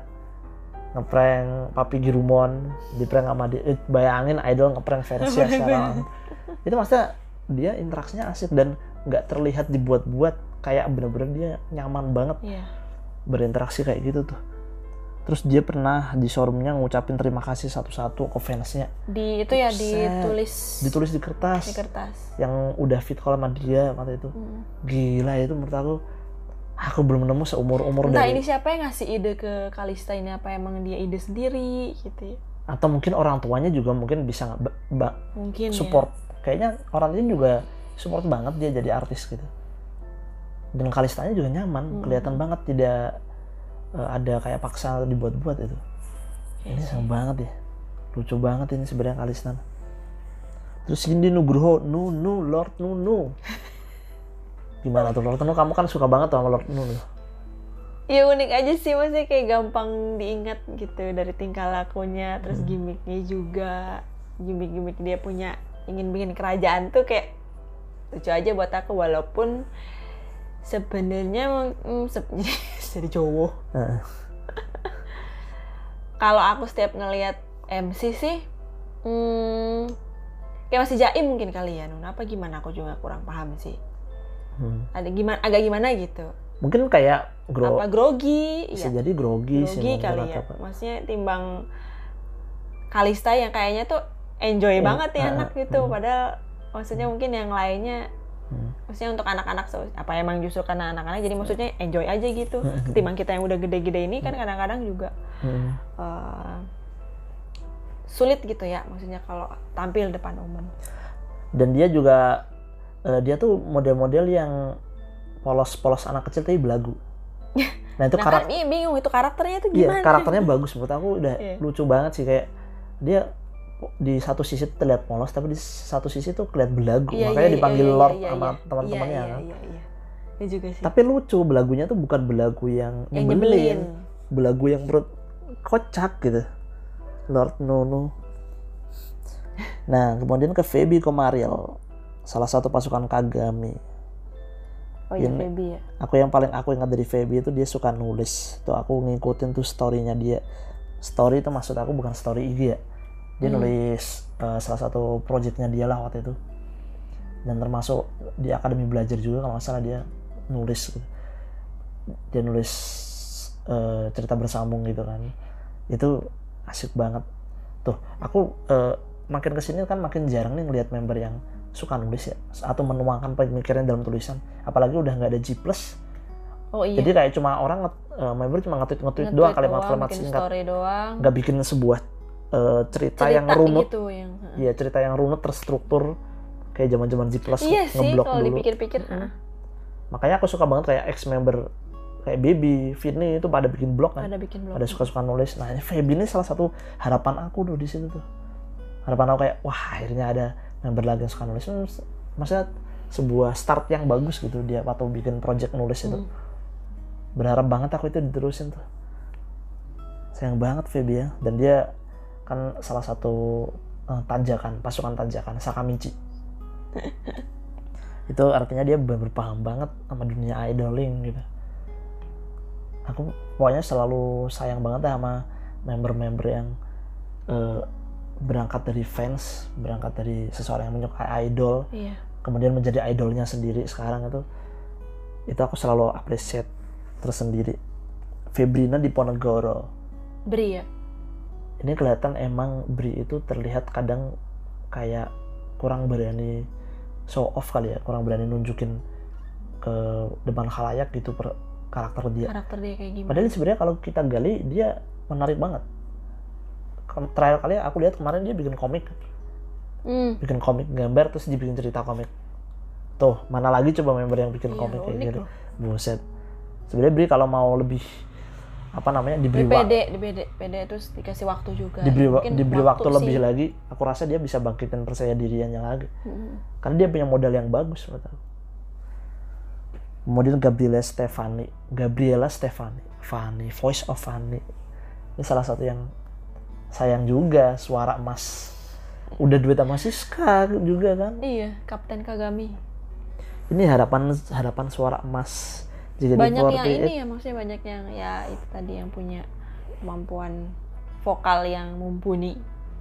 ngeprank Papi Girumon, diprank sama dia. Eh, bayangin idol ngeprank fansnya sekarang. Itu maksudnya dia interaksinya asik dan nggak terlihat dibuat-buat, kayak bener-bener dia nyaman banget Iya. berinteraksi kayak gitu tuh. Terus dia pernah di showroomnya ngucapin terima kasih satu-satu ke fansnya. Di itu ya Set. ditulis Ditulis di kertas. di kertas. Yang udah fit call sama dia waktu itu. Hmm. Gila itu menurut aku. Aku belum nemu seumur-umur Entah dari. ini siapa yang ngasih ide ke Kalista ini, apa emang dia ide sendiri gitu ya? Atau mungkin orang tuanya juga mungkin bisa nggak ba- ba- Mungkin support. Kayaknya orang tuanya juga support banget dia jadi artis gitu. Dan Kalistanya juga nyaman. Hmm. Kelihatan banget tidak uh, ada kayak paksa dibuat-buat itu. ya. Ini sayang banget ya. Lucu banget ini sebenarnya Kalista. Terus Cindy Nugroho, Nunu, Lord Nunu. Gimana tuh Lord Nunu? Kamu kan suka banget tuh sama Lord Nunu. Ya unik aja sih, maksudnya kayak gampang diingat gitu dari tingkah lakunya, terus Hmm. gimmicknya juga, gimmick-gimmick dia punya ingin bikin kerajaan tuh kayak lucu aja buat aku, walaupun sebenarnya mm, se- jadi cowok. Heeh. Kalau aku setiap ngelihat M C sih, hmm, kayak masih jaim mungkin kali ya, Nun. Apa gimana? Aku juga kurang paham sih. Hmm. Ada gimana? Agak gimana gitu? Mungkin kayak gro Apa grogi? bisa Ya, jadi grogi, sih grogi mungkin kali atau ya. apa. Maksudnya timbang Kalista yang kayaknya tuh enjoy Hmm, banget ya ah, anak gitu. hmm. Padahal maksudnya mungkin yang lainnya, Hmm. maksudnya untuk anak-anak so- apa emang justru karena anak-anak jadi maksudnya enjoy aja gitu. Hmm. Ketimbang kita yang udah gede-gede ini kan kadang-kadang juga Hmm. uh, sulit gitu ya, maksudnya kalau tampil depan umum. Dan dia juga eh, dia tuh model-model yang polos-polos anak kecil tapi belagu. Nah itu Nah karakter, kan ini bingung itu karakternya tuh iya gimana? karakternya bagus menurut aku, udah Iya. lucu banget sih, kayak dia di satu sisi tuh terlihat polos tapi di satu sisi tuh kelihatan belagu, Iya, makanya iya, dipanggil iya, iya, Lord iya, sama iya. teman-temannya Iya, kan. iya, iya, iya. Ini juga sih. Tapi lucu, belagunya tuh bukan belagu yang Yang nyebelin, nyebelin. belagu yang menurut kocak gitu. Lord Nunu. Nah kemudian ke Feby Komariel, salah satu pasukan Kagami. Oh iya, Ini- Feby ya. Aku yang paling aku ingat dari Feby itu dia suka nulis. Tuh aku ngikutin tuh story-nya dia. Story itu maksud aku bukan story I G ya. Dia Hmm. nulis uh, salah satu projectnya dia lah waktu itu. Dan termasuk di Akademi Belajar juga kalau nggak salah dia nulis gitu. Dia nulis uh, cerita bersambung gitu kan. Itu asik banget. Tuh aku uh, makin kesini kan makin jarang nih ngelihat member yang suka nulis ya, atau menuangkan pemikirannya dalam tulisan, apalagi udah nggak ada G plus. Oh iya. Jadi kayak cuma orang nge, uh, member cuma nge-tweet nge-tweet Nge-tweet doang, kalimat-kalimat bikin singkat, story doang. nggak bikin sebuah uh, cerita, Cerita yang runut, gitu yang. ya cerita yang runut terstruktur kayak zaman-zaman G plus Iya sih ngeblok kalau dulu. dipikir-pikir. Mm. Makanya aku suka banget kayak ex member kayak Baby, Vinny itu pada bikin blog kan, Ada bikin blog. pada suka-suka nulis. Nah ini Feby ini salah satu harapan aku tuh di situ tuh. Harapan aku kayak wah akhirnya ada member lagi yang suka nulis. Maksudnya sebuah start yang bagus gitu dia waktu bikin project nulis itu. Hmm. Berharap banget aku itu diterusin tuh. Sayang banget Feby ya. Dan dia kan salah satu uh, tanjakan, pasukan tanjakan Sakamichi. Itu artinya dia bener-bener paham banget sama dunia idoling gitu. aku pokoknya selalu sayang banget sama member-member yang uh, berangkat dari fans, berangkat dari seseorang yang menyukai idol, Iya. kemudian menjadi idolnya sendiri sekarang itu, itu aku selalu appreciate tersendiri. Febrina Diponegoro. Bri ya. Ini kelihatan emang Bri itu terlihat kadang kayak kurang berani show off kali ya, kurang berani nunjukin ke depan khalayak gitu per karakter dia. Karakter dia kayak gimana? Padahal sebenarnya kalau kita gali dia menarik banget. Terakhir kali aku lihat kemarin dia bikin komik, Hmm. bikin komik gambar terus dibikin cerita komik. Tuh mana lagi coba member yang bikin Iya, komik kayak unik gitu. loh. Buset. Sebenarnya Bri kalau mau lebih apa namanya Di diberi P D, waktu, di P D, P D terus dikasih waktu juga. diberi, wa- Mungkin diberi waktu, sih. lebih lagi, aku rasa dia bisa bangkitin percaya dirinya lagi. Hmm. Karena dia punya modal yang bagus menurut aku. Kemudian Gabriela Stefani, Gabriela Stefani, Fanny, Voice of Fanny. Ini salah satu yang sayang juga, suara emas. Udah duet sama Siska juga kan. Iya, Kapten Kagami. Ini harapan harapan suara emas. J K T Banyak yang empat delapan. ini ya, maksudnya banyak yang ya itu tadi yang punya kemampuan vokal yang mumpuni.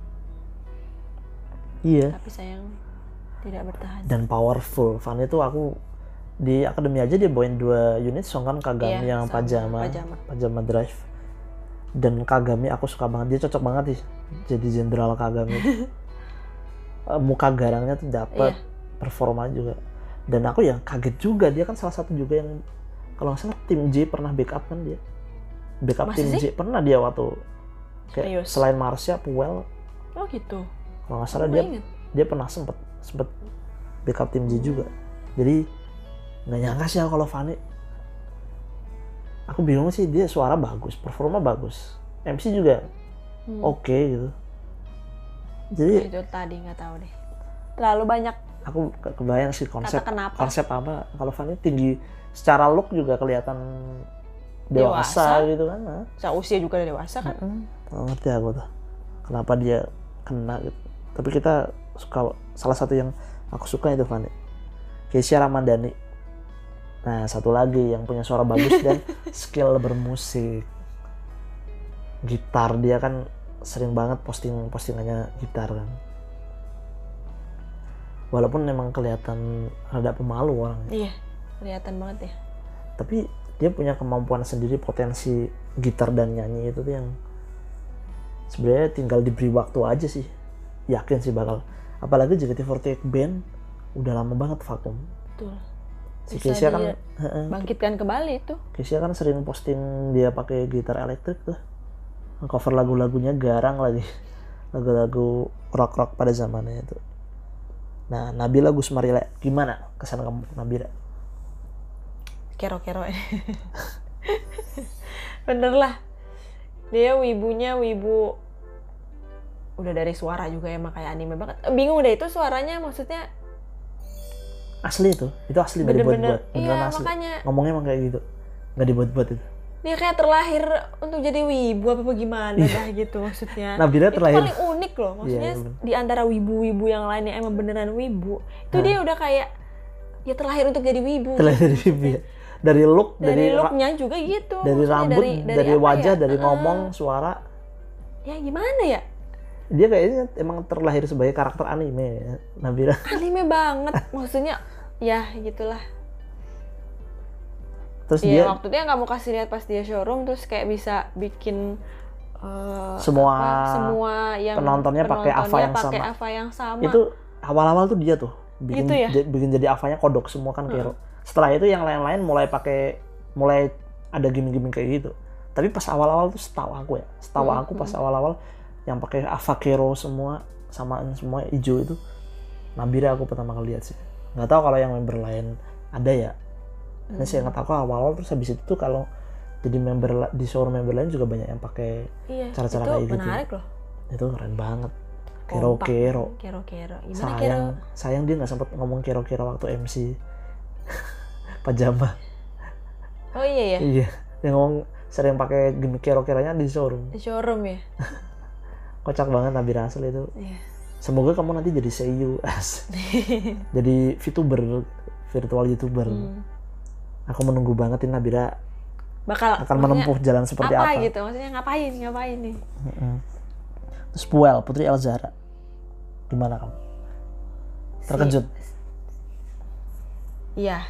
Iya. Tapi sayang tidak bertahan. Dan powerful. Fanny itu aku di akademi aja dia bawain dua unit song kan, Kagami Iya, yang sama pajama, Pajama. pajama drive. Dan Kagami aku suka banget, dia cocok banget sih jadi jenderal Kagami. Eh, muka garangnya tuh dapat, Iya. performa juga. Dan aku yang kaget juga, dia kan salah satu juga yang kalau nggak salah tim J pernah backup kan dia. Backup Masa tim sih? J pernah dia waktu kayak Serius? selain Marsha, Puel, Oh gitu. kalau nggak salah Aku dia inget. dia pernah sempet sempet backup tim J juga. Jadi nggak nyangka sih aku kalau Fanny. Aku bingung sih, dia suara bagus, performa bagus, M C juga Hmm. oke gitu. Jadi Nah, itu tadi nggak tahu deh. Terlalu banyak aku ke- kebayang sih konsep kata kenapa. konsep apa kalau Fanny tinggi secara look juga kelihatan dewasa, Dewasa. gitu kan. Nah, Seusia juga udah dewasa kan. nggak ngerti aku tuh kenapa dia kena gitu. Tapi kita suka, salah satu yang aku suka itu Fanny. Keisha Ramadhani. Nah, satu lagi yang punya suara bagus dan skill bermusik. Gitar dia kan sering banget posting postingannya gitar kan. Walaupun memang kelihatan rada pemalu orangnya, Iya, kelihatan banget ya. tapi dia punya kemampuan sendiri, potensi gitar dan nyanyi itu tuh yang sebenarnya tinggal diberi waktu aja sih. Yakin sih bakal. Apalagi J K T empat delapan band udah lama banget vakum. Betul. Si Bisa Keisha kan, dia heeh, bangkitkan kembali itu. Keisha kan sering posting dia pakai gitar elektrik tuh. Cover lagu-lagunya garang lagi. Lagu-lagu rock-rock pada zamannya itu. Nah, Nabila Gusmarila, gimana kesan kamu Nabila? Kero-kero. Bener lah. Dia wibunya wibu. Udah dari suara juga emang kayak anime banget. Bingung deh itu suaranya maksudnya Asli itu, itu asli nggak bener-bener. dibuat-buat, beneran Iya asli. makanya Ngomongnya emang kayak gitu, nggak dibuat-buat itu. dia kayak terlahir untuk jadi wibu apa gimana dah gitu maksudnya. Nabila Itu terlahir. paling unik loh maksudnya Iya, bener. di antara wibu-wibu yang lain yang emang beneran wibu. Itu Hah. dia udah kayak ya terlahir untuk jadi wibu. Terlahir dari pipi ya. Dari look, Dari, dari ra- looknya juga gitu. dari Maksudnya rambut, dari, apa wajah, ya? dari Heeh. ngomong, suara. Ya gimana ya? Dia kayaknya emang terlahir sebagai karakter anime ya, Nabila. Anime banget maksudnya. Ya gitulah. Terus Iya dia waktu dia nggak mau kasih lihat pas dia showroom terus kayak bisa bikin eh, Semua apa, semua yang penontonnya pakai Ava yang pakai sama. Ava yang sama. itu awal-awal tuh dia tuh bikin, Gitu ya? j- bikin jadi Avanya kodok semua kan Kero. Setelah itu yang lain-lain mulai pakai mulai ada gimmick-gimmick kayak gitu. Tapi pas awal-awal tuh setahu aku ya, setahu Hmm, aku pas awal-awal yang pakai Ava Kero semua samaan semua hijau itu Nabila aku pertama kali lihat sih. Nggak tahu kalau yang member lain ada ya. Ini saya nggak tahu kalau awal-awal terus habis itu tuh kalau jadi member la- di showroom member lain juga banyak yang pakai Iya, cara-cara itu kayak gitu. menarik loh. Itu keren banget. Kompak. Kero-kero. Kero-kero. Gimana Sayang, kero? sayang dia nggak sempat ngomong kero-kero waktu M C Pajama. Oh iya ya, Iya, dia ngomong sering pakai gimmick kero-keronya di showroom. di showroom ya. Kocak banget Nabila asli itu. Iya. Semoga kamu nanti jadi seiyu, as. Jadi VTuber, virtual YouTuber. Hmm. Aku menunggu banget ini Nabila bakal akan menempuh jalan seperti apa, apa gitu, maksudnya ngapain ngapain nih. Mm-mm. Terus Puel, Putri Elzara, gimana kamu? Terkejut? Iya.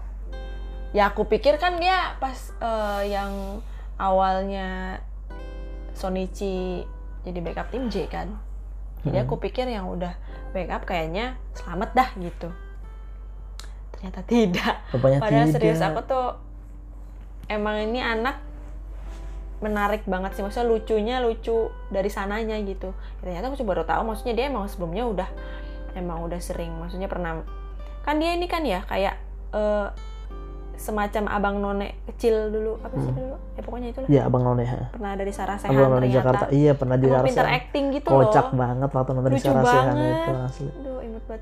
Ya aku pikir kan dia pas uh, yang awalnya Shonichi jadi backup tim J kan. Jadi Hmm. aku pikir yang udah backup kayaknya selamat dah gitu. Ternyata tidak. Rupanya Padahal tidak. serius aku tuh emang ini anak menarik banget sih, maksudnya lucunya lucu dari sananya gitu. Ternyata aku baru tahu maksudnya dia emang sebelumnya udah emang udah sering, maksudnya pernah kan dia ini kan ya kayak uh, semacam abang none kecil dulu apa sih Hmm. dulu ya pokoknya itu lah. Iya abang none. Ha. Pernah ada di Sarasehan Abang none ternyata. Jakarta. Iya pernah di Emang Sarasehan. pintar acting gitu Kocak loh. banget waktu nonton di Lucu Sarasehan banget. itu asli. Aduh imut banget.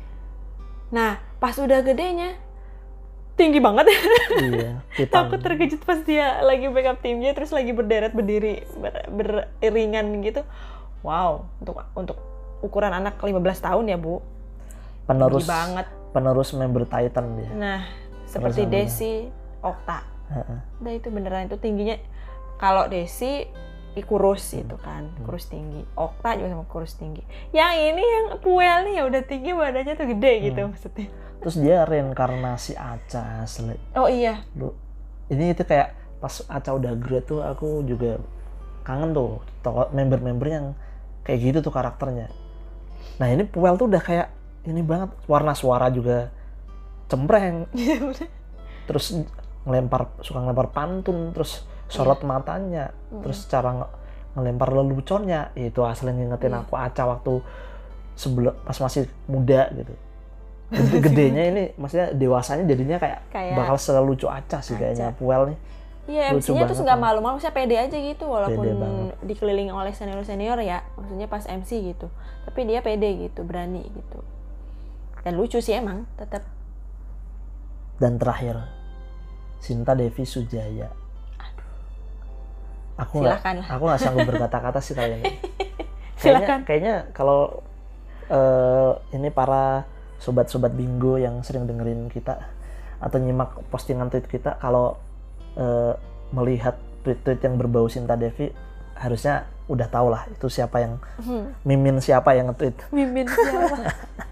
Nah pas udah gedenya tinggi banget. Iya. Titan. Aku terkejut pas dia lagi backup timnya terus lagi berderet berdiri ber- beriringan gitu. Wow, untuk untuk ukuran anak lima belas tahun ya, Bu. Penerus Tinggi banget. penerus member Titan dia. Nah, seperti Sama-sama. Desi, Okta. Heeh. Nah, itu beneran itu tingginya. Kalau Desi i- kurus itu kan, kurus tinggi. Okta juga sama kurus tinggi. Yang ini yang Puel nih ya udah tinggi badannya tuh gede gitu Hmm. maksudnya. Terus dia reinkarnasi Acha asli. Oh iya. Lu ini itu kayak pas Acha udah grade tuh aku juga kangen tuh tokoh member-member yang kayak gitu tuh karakternya. Nah ini Puel tuh udah kayak ini banget, warna suara juga cempreng, terus ngelempar suka ngelempar pantun, terus sorot matanya, terus cara nge- ngelempar leluconnya itu asli ngingetin Iya. aku Acha waktu sebelum pas masih muda gitu. Gede- gedenya ini maksudnya dewasanya jadinya kayak, Kayak bakal selalu lucu Acha sih Acha. kayaknya Puel nih. Iya, Lucu M C-nya tuh banget nggak kan. malu-malu, maksudnya pede aja gitu walaupun Pede banget. dikelilingi oleh senior-senior ya, maksudnya pas M C gitu. Tapi dia pede gitu, berani gitu. Dan lucu sih emang, tetap. Dan terakhir Sinta Devi Sujaya. Aku nggak Silakan lah. aku nggak sanggup berkata-kata sih kali ini. Kayaknya Silakan. kayaknya kalau eh, ini para sobat-sobat bingo yang sering dengerin kita atau nyimak postingan tweet kita, kalau eh, melihat tweet-tweet yang berbau Sinta Devi harusnya udah tau lah itu siapa yang Hmm. mimin siapa yang nge-tweet. Mimin siapa?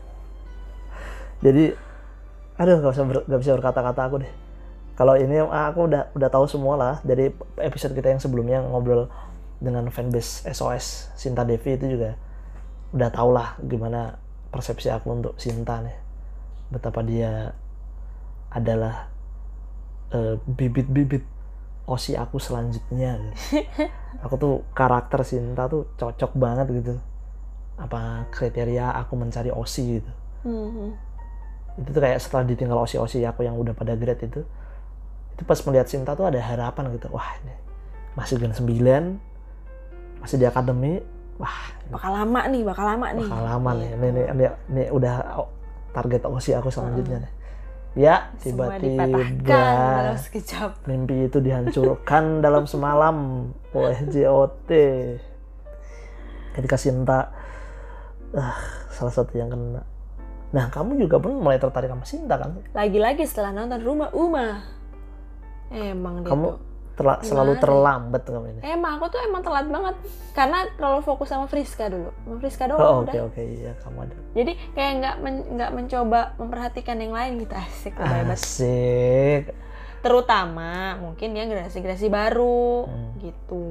Jadi aduh nggak bisa ber, nggak bisa berkata-kata aku deh. Kalau ini ah, aku udah udah tahu semua lah dari episode kita yang sebelumnya ngobrol dengan fanbase S O S Sinta Devi, itu juga udah tau lah gimana persepsi aku untuk Sinta nih, betapa dia adalah eh, bibit-bibit Osi aku selanjutnya gitu. Aku tuh karakter Sinta tuh cocok banget gitu, apa kriteria aku mencari Osi gitu. Hmm. Itu tuh kayak setelah ditinggal Osi-Osi aku yang udah pada grade itu itu pas melihat Sinta tuh ada harapan gitu, wah ini masih Gen sembilan, masih di akademi, wah ini Bakal lama nih, bakal lama nih. bakal lama nih, Gitu. ini, ini, ini, ini udah target Osi aku selanjutnya nih. Ya Semua tiba-tiba dipatahkan dalam sekejap. mimpi itu dihancurkan dalam semalam oleh J O T ketika Sinta ah, salah satu yang kena. Nah kamu juga pun mulai tertarik sama Sinta kan? Lagi-lagi setelah nonton Rumah Uma. Emang dia Kamu tuh. terla- selalu Gimana? terlambat kamu ini. Emang aku tuh emang telat banget. Karena terlalu fokus sama Friska dulu. Sama Friska doang Oh udah. oke oke iya kamu ada. Jadi kayak nggak men- nggak mencoba memperhatikan yang lain gitu. Asik udah hebat. Asik. Terutama mungkin ya generasi-generasi baru Hmm. gitu.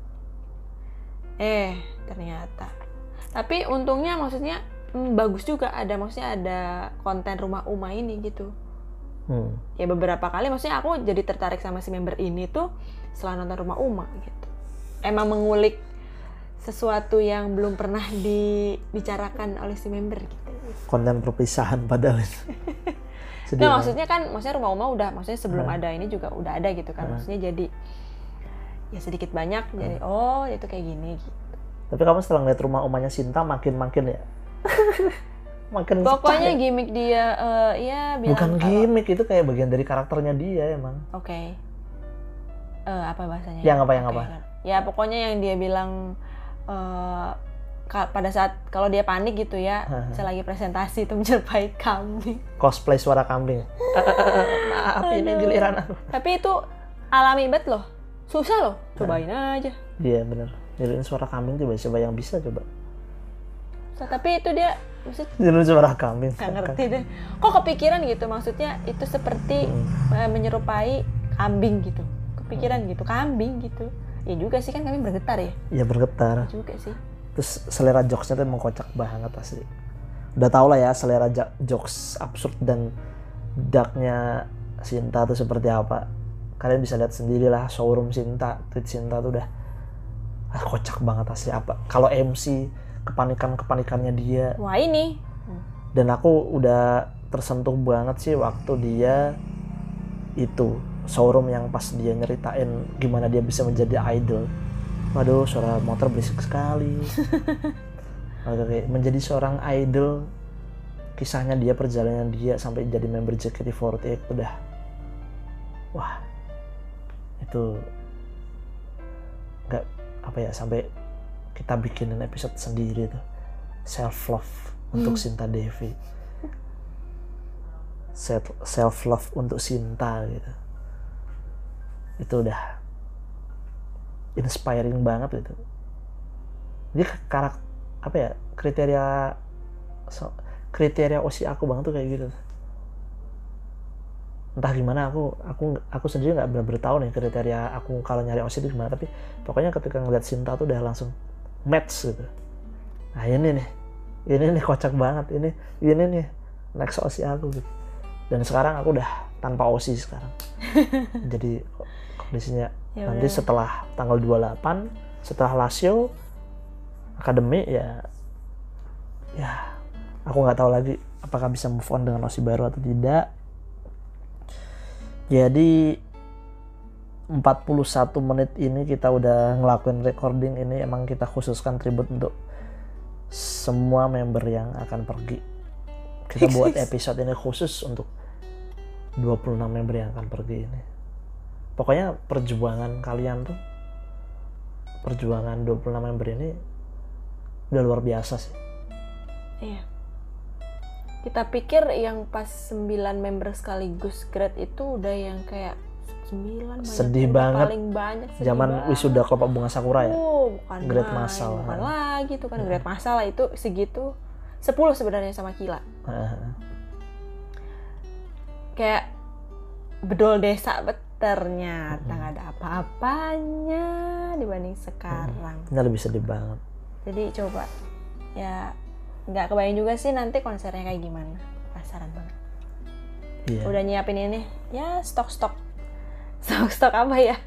Eh ternyata. Tapi untungnya maksudnya hmm, bagus juga ada maksudnya ada konten Rumah Uma ini gitu. Hmm. Ya beberapa kali maksudnya aku jadi tertarik sama si member ini tuh setelah nonton Rumah Uma gitu. Emang mengulik sesuatu yang belum pernah dibicarakan oleh si member gitu. Konten perpisahan padahal. Sedih Nah, banget. maksudnya kan maksudnya Rumah Uma udah maksudnya sebelum Hmm. ada ini juga udah ada gitu kan. Hmm. Maksudnya jadi ya sedikit banyak jadi oh itu kayak gini gitu. Tapi kamu setelah ngeliat Rumah Umanya Sinta makin-makin ya. Makin Pokoknya pecah ya. gimmick dia eh ya bilang Bukan kalau- gimmick, itu kayak bagian dari karakternya dia emang. Oke. Eh apa bahasanya? Yang apa, yang Oke, apa? kan. Ya pokoknya yang dia bilang eh ka- pada saat kalau dia panik gitu ya, saya lagi presentasi itu menyerupai kambing. Cosplay suara kambing. Maaf ini Aduh. giliran aku. Tapi itu alami banget loh, susah loh, cobain nah. aja. Iya bener, niruin suara kambing coba, coba yang bisa coba. So, tapi itu dia maksud niruin suara kambing. Gak ngerti deh. Kok kepikiran gitu, maksudnya itu seperti hmm. menyerupai kambing gitu. Kepikiran hmm. gitu, kambing gitu. Ya juga sih kan kambing bergetar ya. Iya bergetar. Ya juga sih. Terus selera jokesnya tuh emang kocak banget asli. Udah tau lah ya selera jokes absurd dan darknya Sinta tuh seperti apa. Kalian bisa lihat sendiri lah showroom Sinta, tweet Sinta tuh udah ah, kocak banget asli apa. Kalau M C kepanikan-kepanikannya dia. Wah ini. Dan aku udah tersentuh banget sih waktu dia itu showroom yang pas dia nyeritain gimana dia bisa menjadi idol. Waduh, suara motor berisik sekali. Oke, menjadi seorang idol, kisahnya dia, perjalanan dia sampai jadi member J K T empat delapan udah, wah, itu nggak apa ya, sampai kita bikinin episode sendiri tuh, self love untuk hmm. Sinta Devi, self love untuk Sinta gitu, itu udah inspiring banget itu. Dia karakter apa ya, kriteria so, kriteria O S I aku banget tuh kayak gitu. Entah gimana, aku aku aku sendiri nggak benar-benar tahu nih kriteria aku kalau nyari O S I itu gimana, tapi pokoknya ketika ngeliat Sinta tuh udah langsung match gitu. Nah ini nih, ini nih kocak banget, ini ini nih next O S I aku gitu. Dan sekarang aku udah tanpa O S I sekarang. Jadi kondisinya ya nanti bener. Setelah tanggal dua puluh delapan, setelah Lasio Akademi ya ya aku nggak tahu lagi apakah bisa move on dengan O S I baru atau tidak. Jadi empat puluh satu menit ini kita udah ngelakuin recording ini, emang kita khususkan tribute untuk semua member yang akan pergi. Kita buat episode ini khusus untuk dua puluh enam member yang akan pergi ini. Pokoknya perjuangan kalian tuh, perjuangan dua puluh enam member ini udah luar biasa sih. Iya. Kita pikir yang pas sembilan member sekaligus grad itu udah yang kayak sembilan sedih banget. Paling banyak sedih zaman banget. Wisuda Kelopak Bunga Sakura ya. Oh, bukan grade massal. Bukan lagi tuh kan, grade massal itu segitu. sepuluh sebenarnya sama Kila. Uh. Kayak bedol desa bet ternyata nggak ada apa-apanya dibanding sekarang. Ini lebih sedih banget. Jadi coba ya, nggak kebayang juga sih nanti konsernya kayak gimana. Penasaran banget. Yeah. Udah nyiapin ini ya, stok-stok stok-stok apa ya?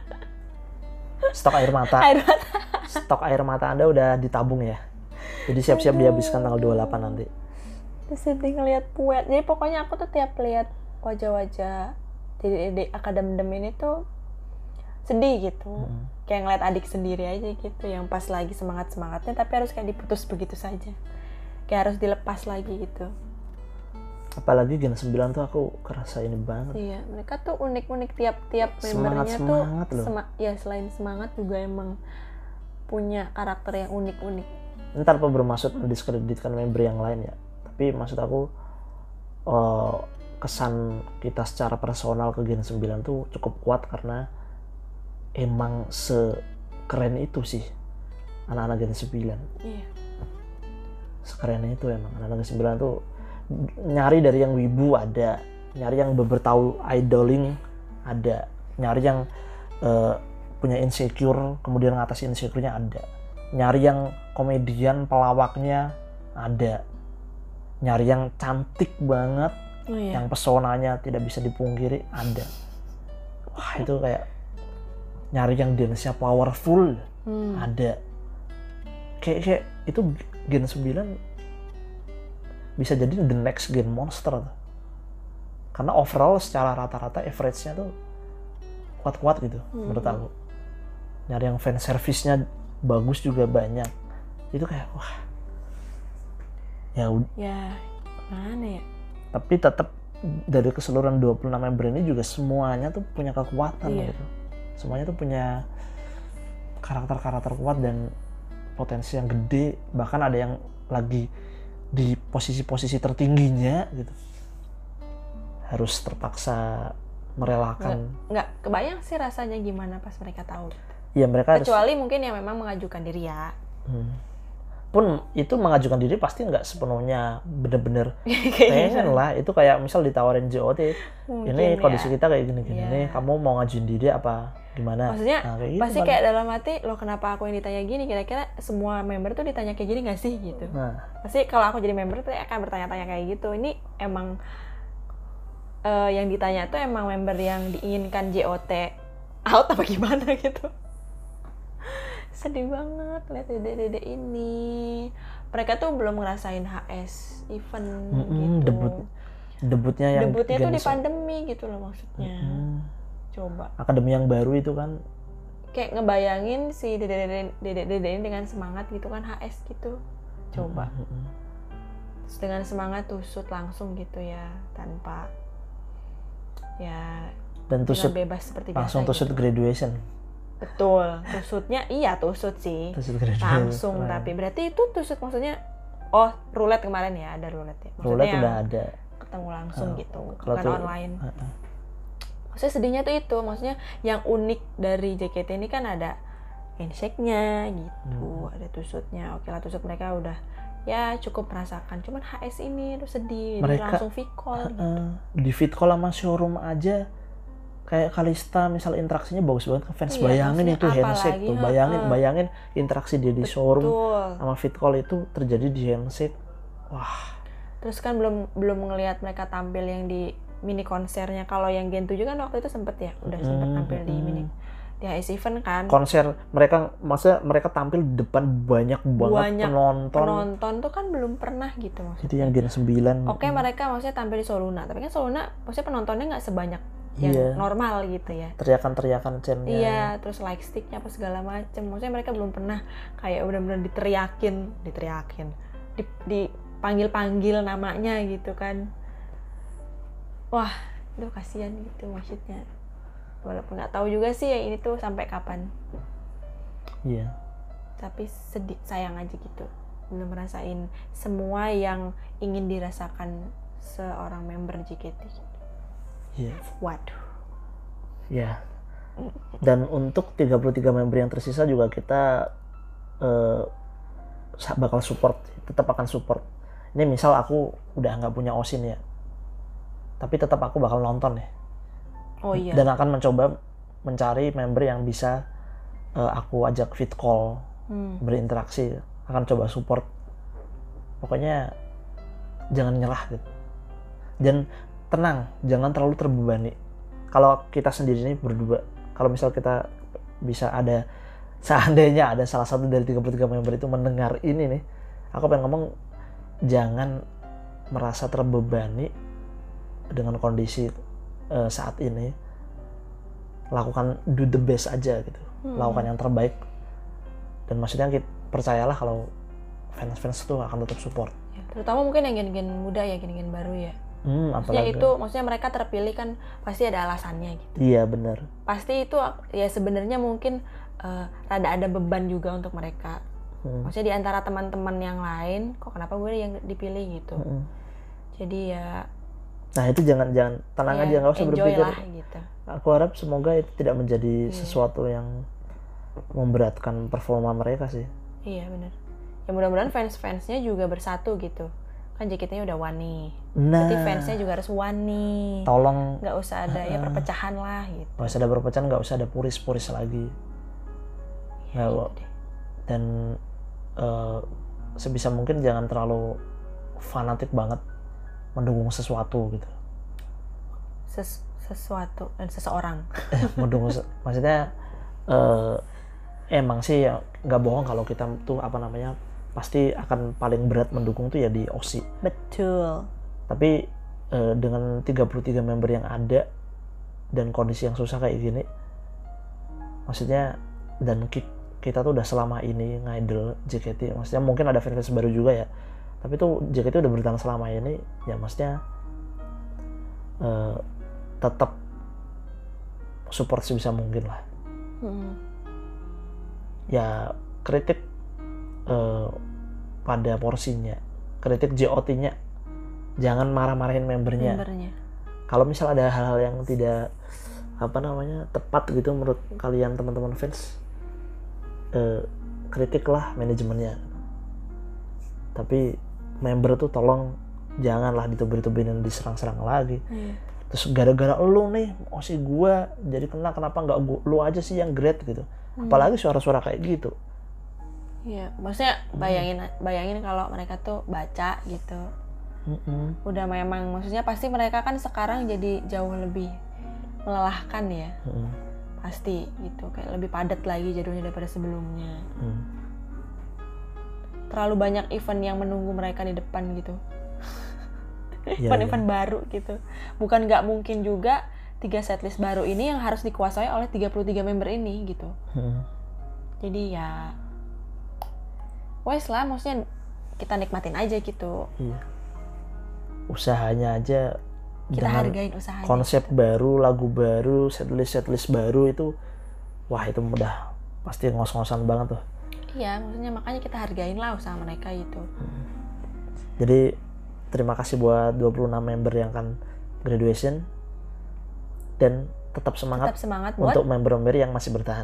Stok air mata. Air mata. Stok air mata Anda udah ditabung ya. Jadi siap-siap dihabiskan tanggal dua puluh delapan nanti. Terus sedih ngeliat puet. Jadi pokoknya aku tuh tiap lihat wajah-wajah di, di akademdem ini tuh sedih gitu. Hmm. Kayak ngeliat adik sendiri aja gitu, yang pas lagi semangat-semangatnya tapi harus kayak diputus begitu saja. Kayak harus dilepas lagi gitu. Apalagi Gen sembilan tuh aku kerasa ini banget. Iya, mereka tuh unik-unik tiap-tiap membernya tuh. Sema- ya selain semangat juga emang punya karakter yang unik-unik. Ini tanpa bermaksud mendiskreditkan member yang lain ya. Tapi maksud aku uh, kesan kita secara personal ke Gen sembilan tuh cukup kuat karena emang sekeren itu sih anak-anak Gen sembilan. Iya. Sekeren itu emang anak-anak Gen sembilan tuh, nyari dari yang wibu ada, nyari yang bebertahu idoling ada, nyari yang uh, punya insecure kemudian ngatasi insecure-nya ada, nyari yang komedian pelawaknya ada, nyari yang cantik banget, oh, iya. yang pesonanya tidak bisa dipungkiri ada. Wah itu kayak nyari yang dance-nya powerful hmm. ada. Kayak kayak itu Gen sembilan bisa jadi the next Gen monster tuh. Karena overall secara rata-rata average-nya tuh kuat-kuat gitu hmm. menurut aku. Nyari yang fan service-nya bagus juga banyak. Itu kayak wah. Ya ya mana ya? Tapi tetap dari keseluruhan dua puluh enam member ini juga semuanya tuh punya kekuatan iya. gitu. Semuanya tuh punya karakter-karakter kuat dan potensi yang gede. Bahkan ada yang lagi di posisi-posisi tertingginya gitu, harus terpaksa merelakan. Nggak, nggak kebayang sih rasanya gimana pas mereka tahu. Ya mereka Kecuali harus, mungkin yang memang mengajukan diri ya. hmm, pun itu mengajukan diri pasti nggak sepenuhnya bener-bener Kayak pengen lah. Itu kayak misal ditawarin J O T, Mungkin ini kondisi ya. kita kayak gini-gini Iya. nih, kamu mau ngajuin diri apa gimana? Maksudnya Nah, kayak gitu pasti kan. kayak dalam hati, loh kenapa aku yang ditanya gini, kira-kira semua member tuh ditanya kayak gini gak sih gitu. Nah, Pasti kalau aku jadi member tuh akan bertanya-tanya kayak gitu. Ini emang eh, yang ditanya tuh emang member yang diinginkan J O T out apa gimana gitu. Sedih banget lihat dede-dede ini. Mereka tuh belum ngerasain H S event mm-mm, gitu. debut debutnya yang Debutnya tuh di Gen- pandemi gitu loh maksudnya. Hmm, Coba. akademi yang baru itu kan. Kayak ngebayangin si dede-dede dede-dede ini dengan semangat gitu kan H S gitu. Coba. Mm-mm. Terus dengan semangat tusut langsung gitu ya, tanpa ya Dan dengan tusut bebas seperti biasa. langsung tusut gitu. graduation. Betul, tusutnya iya tusut sih. Tusut graduation. Langsung, Nah, tapi berarti itu tusut maksudnya oh, roulette kemarin ya, ada roulette ya. Maksudnya roulette yang udah ada. ketemu langsung Ah, gitu, kalau bukan tuh- online. Uh-uh. Maksudnya sedihnya tuh itu, maksudnya yang unik dari J K T ini kan ada handshake-nya gitu, Hmm. ada tusutnya. Oke lah, tusut mereka udah ya cukup merasakan. Cuman H S ini tuh sedih, Mereka- dia langsung V-call gitu. Uh, di fit call sama showroom aja kayak Kalista misal interaksinya bagus banget ke fans. Iya, bayangin maksudnya itu handshake apalagi, tuh, ha-ha. bayangin bayangin interaksi dia di showroom Betul. sama fit call itu terjadi di handshake. Wah, Terus kan belum belum ngelihat mereka tampil yang di mini konsernya. Kalau yang Gen tujuh kan waktu itu sempet ya, udah sempet Hmm, tampil di hmm. mini di H S event kan. konser mereka maksudnya mereka tampil di depan banyak banget Banyak penonton. Penonton tuh kan belum pernah gitu maksudnya. Itu yang Gen sembilan. Oke, mereka maksudnya tampil di Soluna, tapi kan Soluna maksudnya penontonnya nggak sebanyak yang Iya. normal gitu ya. Teriakan-teriakan chantnya. Iya, terus like sticknya apa segala macem. Maksudnya mereka belum pernah kayak benar-benar diteriakin, diteriakin, di, dipanggil-panggil namanya gitu kan. Wah, itu kasihan gitu maksudnya. Walaupun nggak tahu juga sih ya ini tuh sampai kapan. Iya. Tapi sedih, sayang aja gitu. Belum merasain semua yang ingin dirasakan seorang member J K T. Iya. Waduh. Ya. Dan untuk tiga puluh tiga member yang tersisa juga kita eh, bakal support, tetap akan support. Ini misal aku udah nggak punya OSIN ya, tapi tetap aku bakal nonton ya. Oh iya. Dan akan mencoba mencari member yang bisa eh, aku ajak fit call, Hmm. berinteraksi, akan coba support. Pokoknya jangan nyerah gitu. Dan tenang, jangan terlalu terbebani. Kalau kita sendiri ini berdua, kalau misal kita bisa ada, seandainya ada salah satu dari tiga puluh tiga member itu mendengar ini nih, aku pengen ngomong, jangan merasa terbebani dengan kondisi uh, saat ini. Lakukan, do the best aja gitu, Hmm. lakukan yang terbaik. Dan maksudnya kita percayalah kalau fans-fans itu akan tetap support. Ya, terutama mungkin yang gen-gen muda ya, gen-gen baru ya. Hmm, Maksudnya apalagi. itu, maksudnya mereka terpilih kan pasti ada alasannya gitu. Iya benar. Pasti itu ya sebenarnya mungkin eh, rada ada beban juga untuk mereka. Hmm. Maksudnya di antara teman-teman yang lain, kok kenapa gue yang dipilih gitu. Hmm. Jadi ya, Nah itu jangan jangan tenang ya aja, nggak usah enjoy berpikir. lah gitu. Aku harap semoga itu tidak menjadi Iya. sesuatu yang memberatkan performa mereka sih. Iya benar. Ya mudah-mudahan fans-fansnya juga bersatu gitu. Kan J K T-nya udah one nih. Nah, Berarti fansnya juga harus one nih. tolong Nggak usah ada ya perpecahan lah gitu. nggak usah ada perpecahan, nggak usah ada puris-puris lagi. Ya, Nggak, itu Wak. deh. Dan eh, sebisa mungkin jangan terlalu fanatik banget mendukung sesuatu gitu. Ses- sesuatu dan seseorang. Mendukung se- maksudnya eh, emang sih ya nggak bohong kalau kita tuh apa namanya pasti akan paling berat mendukung tuh ya di O S I. Betul. Tapi eh, dengan tiga puluh tiga member yang ada dan kondisi yang susah kayak gini, maksudnya dan ki- kita tuh udah selama ini ngidol J K T, maksudnya mungkin ada fans baru juga ya, tapi tuh J K T udah bertahan selama ini ya, maksudnya eh, tetap support sebisa mungkin lah. Hmm. Ya kritik eh, pada porsinya, kritik J O T-nya, jangan marah-marahin membernya. Membernya. kalau misal ada hal-hal yang tidak apa namanya tepat gitu menurut kalian teman-teman fans, eh, kritiklah manajemennya. Tapi member tuh tolong janganlah ditubir-tubirin, diserang-serang lagi. Iya. Terus gara-gara lu nih osi gua jadi kena, kenapa nggak gua, lu aja sih yang great gitu. Hmm. Apalagi suara-suara kayak gitu. Iya, maksudnya bayangin bayangin kalau mereka tuh baca gitu. Mm-mm. Udah memang maksudnya pasti mereka kan sekarang jadi jauh lebih melelahkan ya. Mm-mm. Pasti gitu, kayak lebih padat lagi jadwalnya daripada sebelumnya. Mm. Terlalu banyak event yang menunggu mereka di depan gitu. Iya, Event-event iya. baru gitu. Bukan nggak mungkin juga tiga setlist baru ini yang harus dikuasai oleh tiga puluh tiga member ini gitu. Mm. Jadi ya wes lah, maksudnya kita nikmatin aja gitu. Iya. Usahanya aja Kita dengan hargain usahanya. konsep gitu. baru, lagu baru, setlist setlist baru itu, wah itu udah pasti ngos-ngosan banget tuh. Iya, maksudnya makanya kita hargain lah usaha mereka gitu. Jadi terima kasih buat dua puluh enam member yang akan graduation, dan tetap semangat, Tetap semangat buat untuk member-member yang masih bertahan.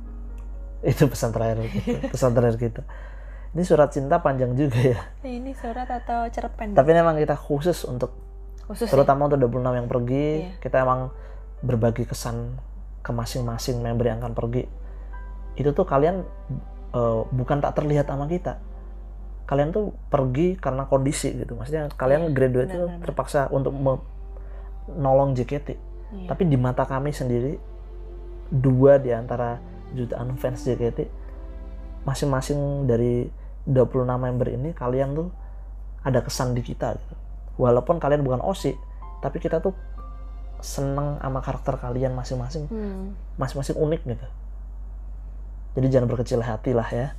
Itu pesan terakhir kita. Pesan terakhir kita. Ini surat cinta panjang juga ya. ini surat atau cerpen. Tapi memang kita khusus untuk Khusus terutama untuk dua puluh enam yang pergi, Iya. kita emang berbagi kesan ke masing-masing member yang akan pergi. Itu tuh kalian uh, bukan tak terlihat sama kita. Kalian tuh pergi karena kondisi gitu. Maksudnya kalian Iya, graduate itu benar-benar. terpaksa untuk menolong J K T. Iya. Tapi di mata kami sendiri, dua di antara jutaan fans J K T, masing-masing dari dua puluh enam member ini, kalian tuh ada kesan di kita gitu. Walaupun kalian bukan O S I, tapi kita tuh seneng sama karakter kalian masing-masing. Hmm. Masing-masing unik gitu. Jadi jangan berkecil hati lah ya.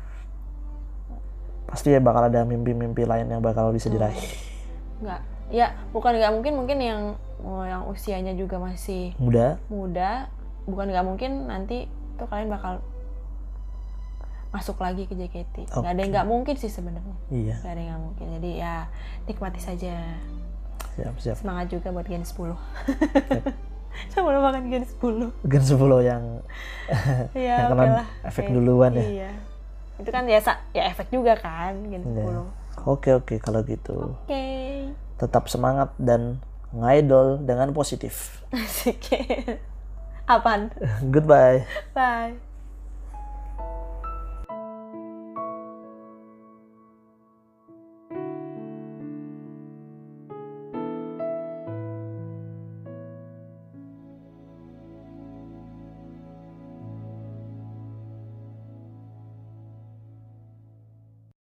Pasti ya bakal ada mimpi-mimpi lain yang bakal bisa diraih. Nggak, ya bukan nggak mungkin, mungkin yang oh, yang usianya juga masih Muda. muda, bukan nggak mungkin nanti tuh kalian bakal masuk lagi ke J K T. Nggak ada yang Oke. nggak mungkin sih sebenarnya. Iya. Nggak ada yang nggak mungkin. Jadi ya nikmati saja. Siap-siap. Semangat juga buat Gen sepuluh. Sama lo makan Gen sepuluh. Gen sepuluh yang Iya, yang oke kena lah. efek Oke. duluan ya. Iya. Itu kan ya, sa- ya efek juga kan Gen Iya. sepuluh. Oke oke kalau gitu. Oke. Tetap semangat dan ngidol dengan positif. Asik. Apaan? Goodbye. Bye.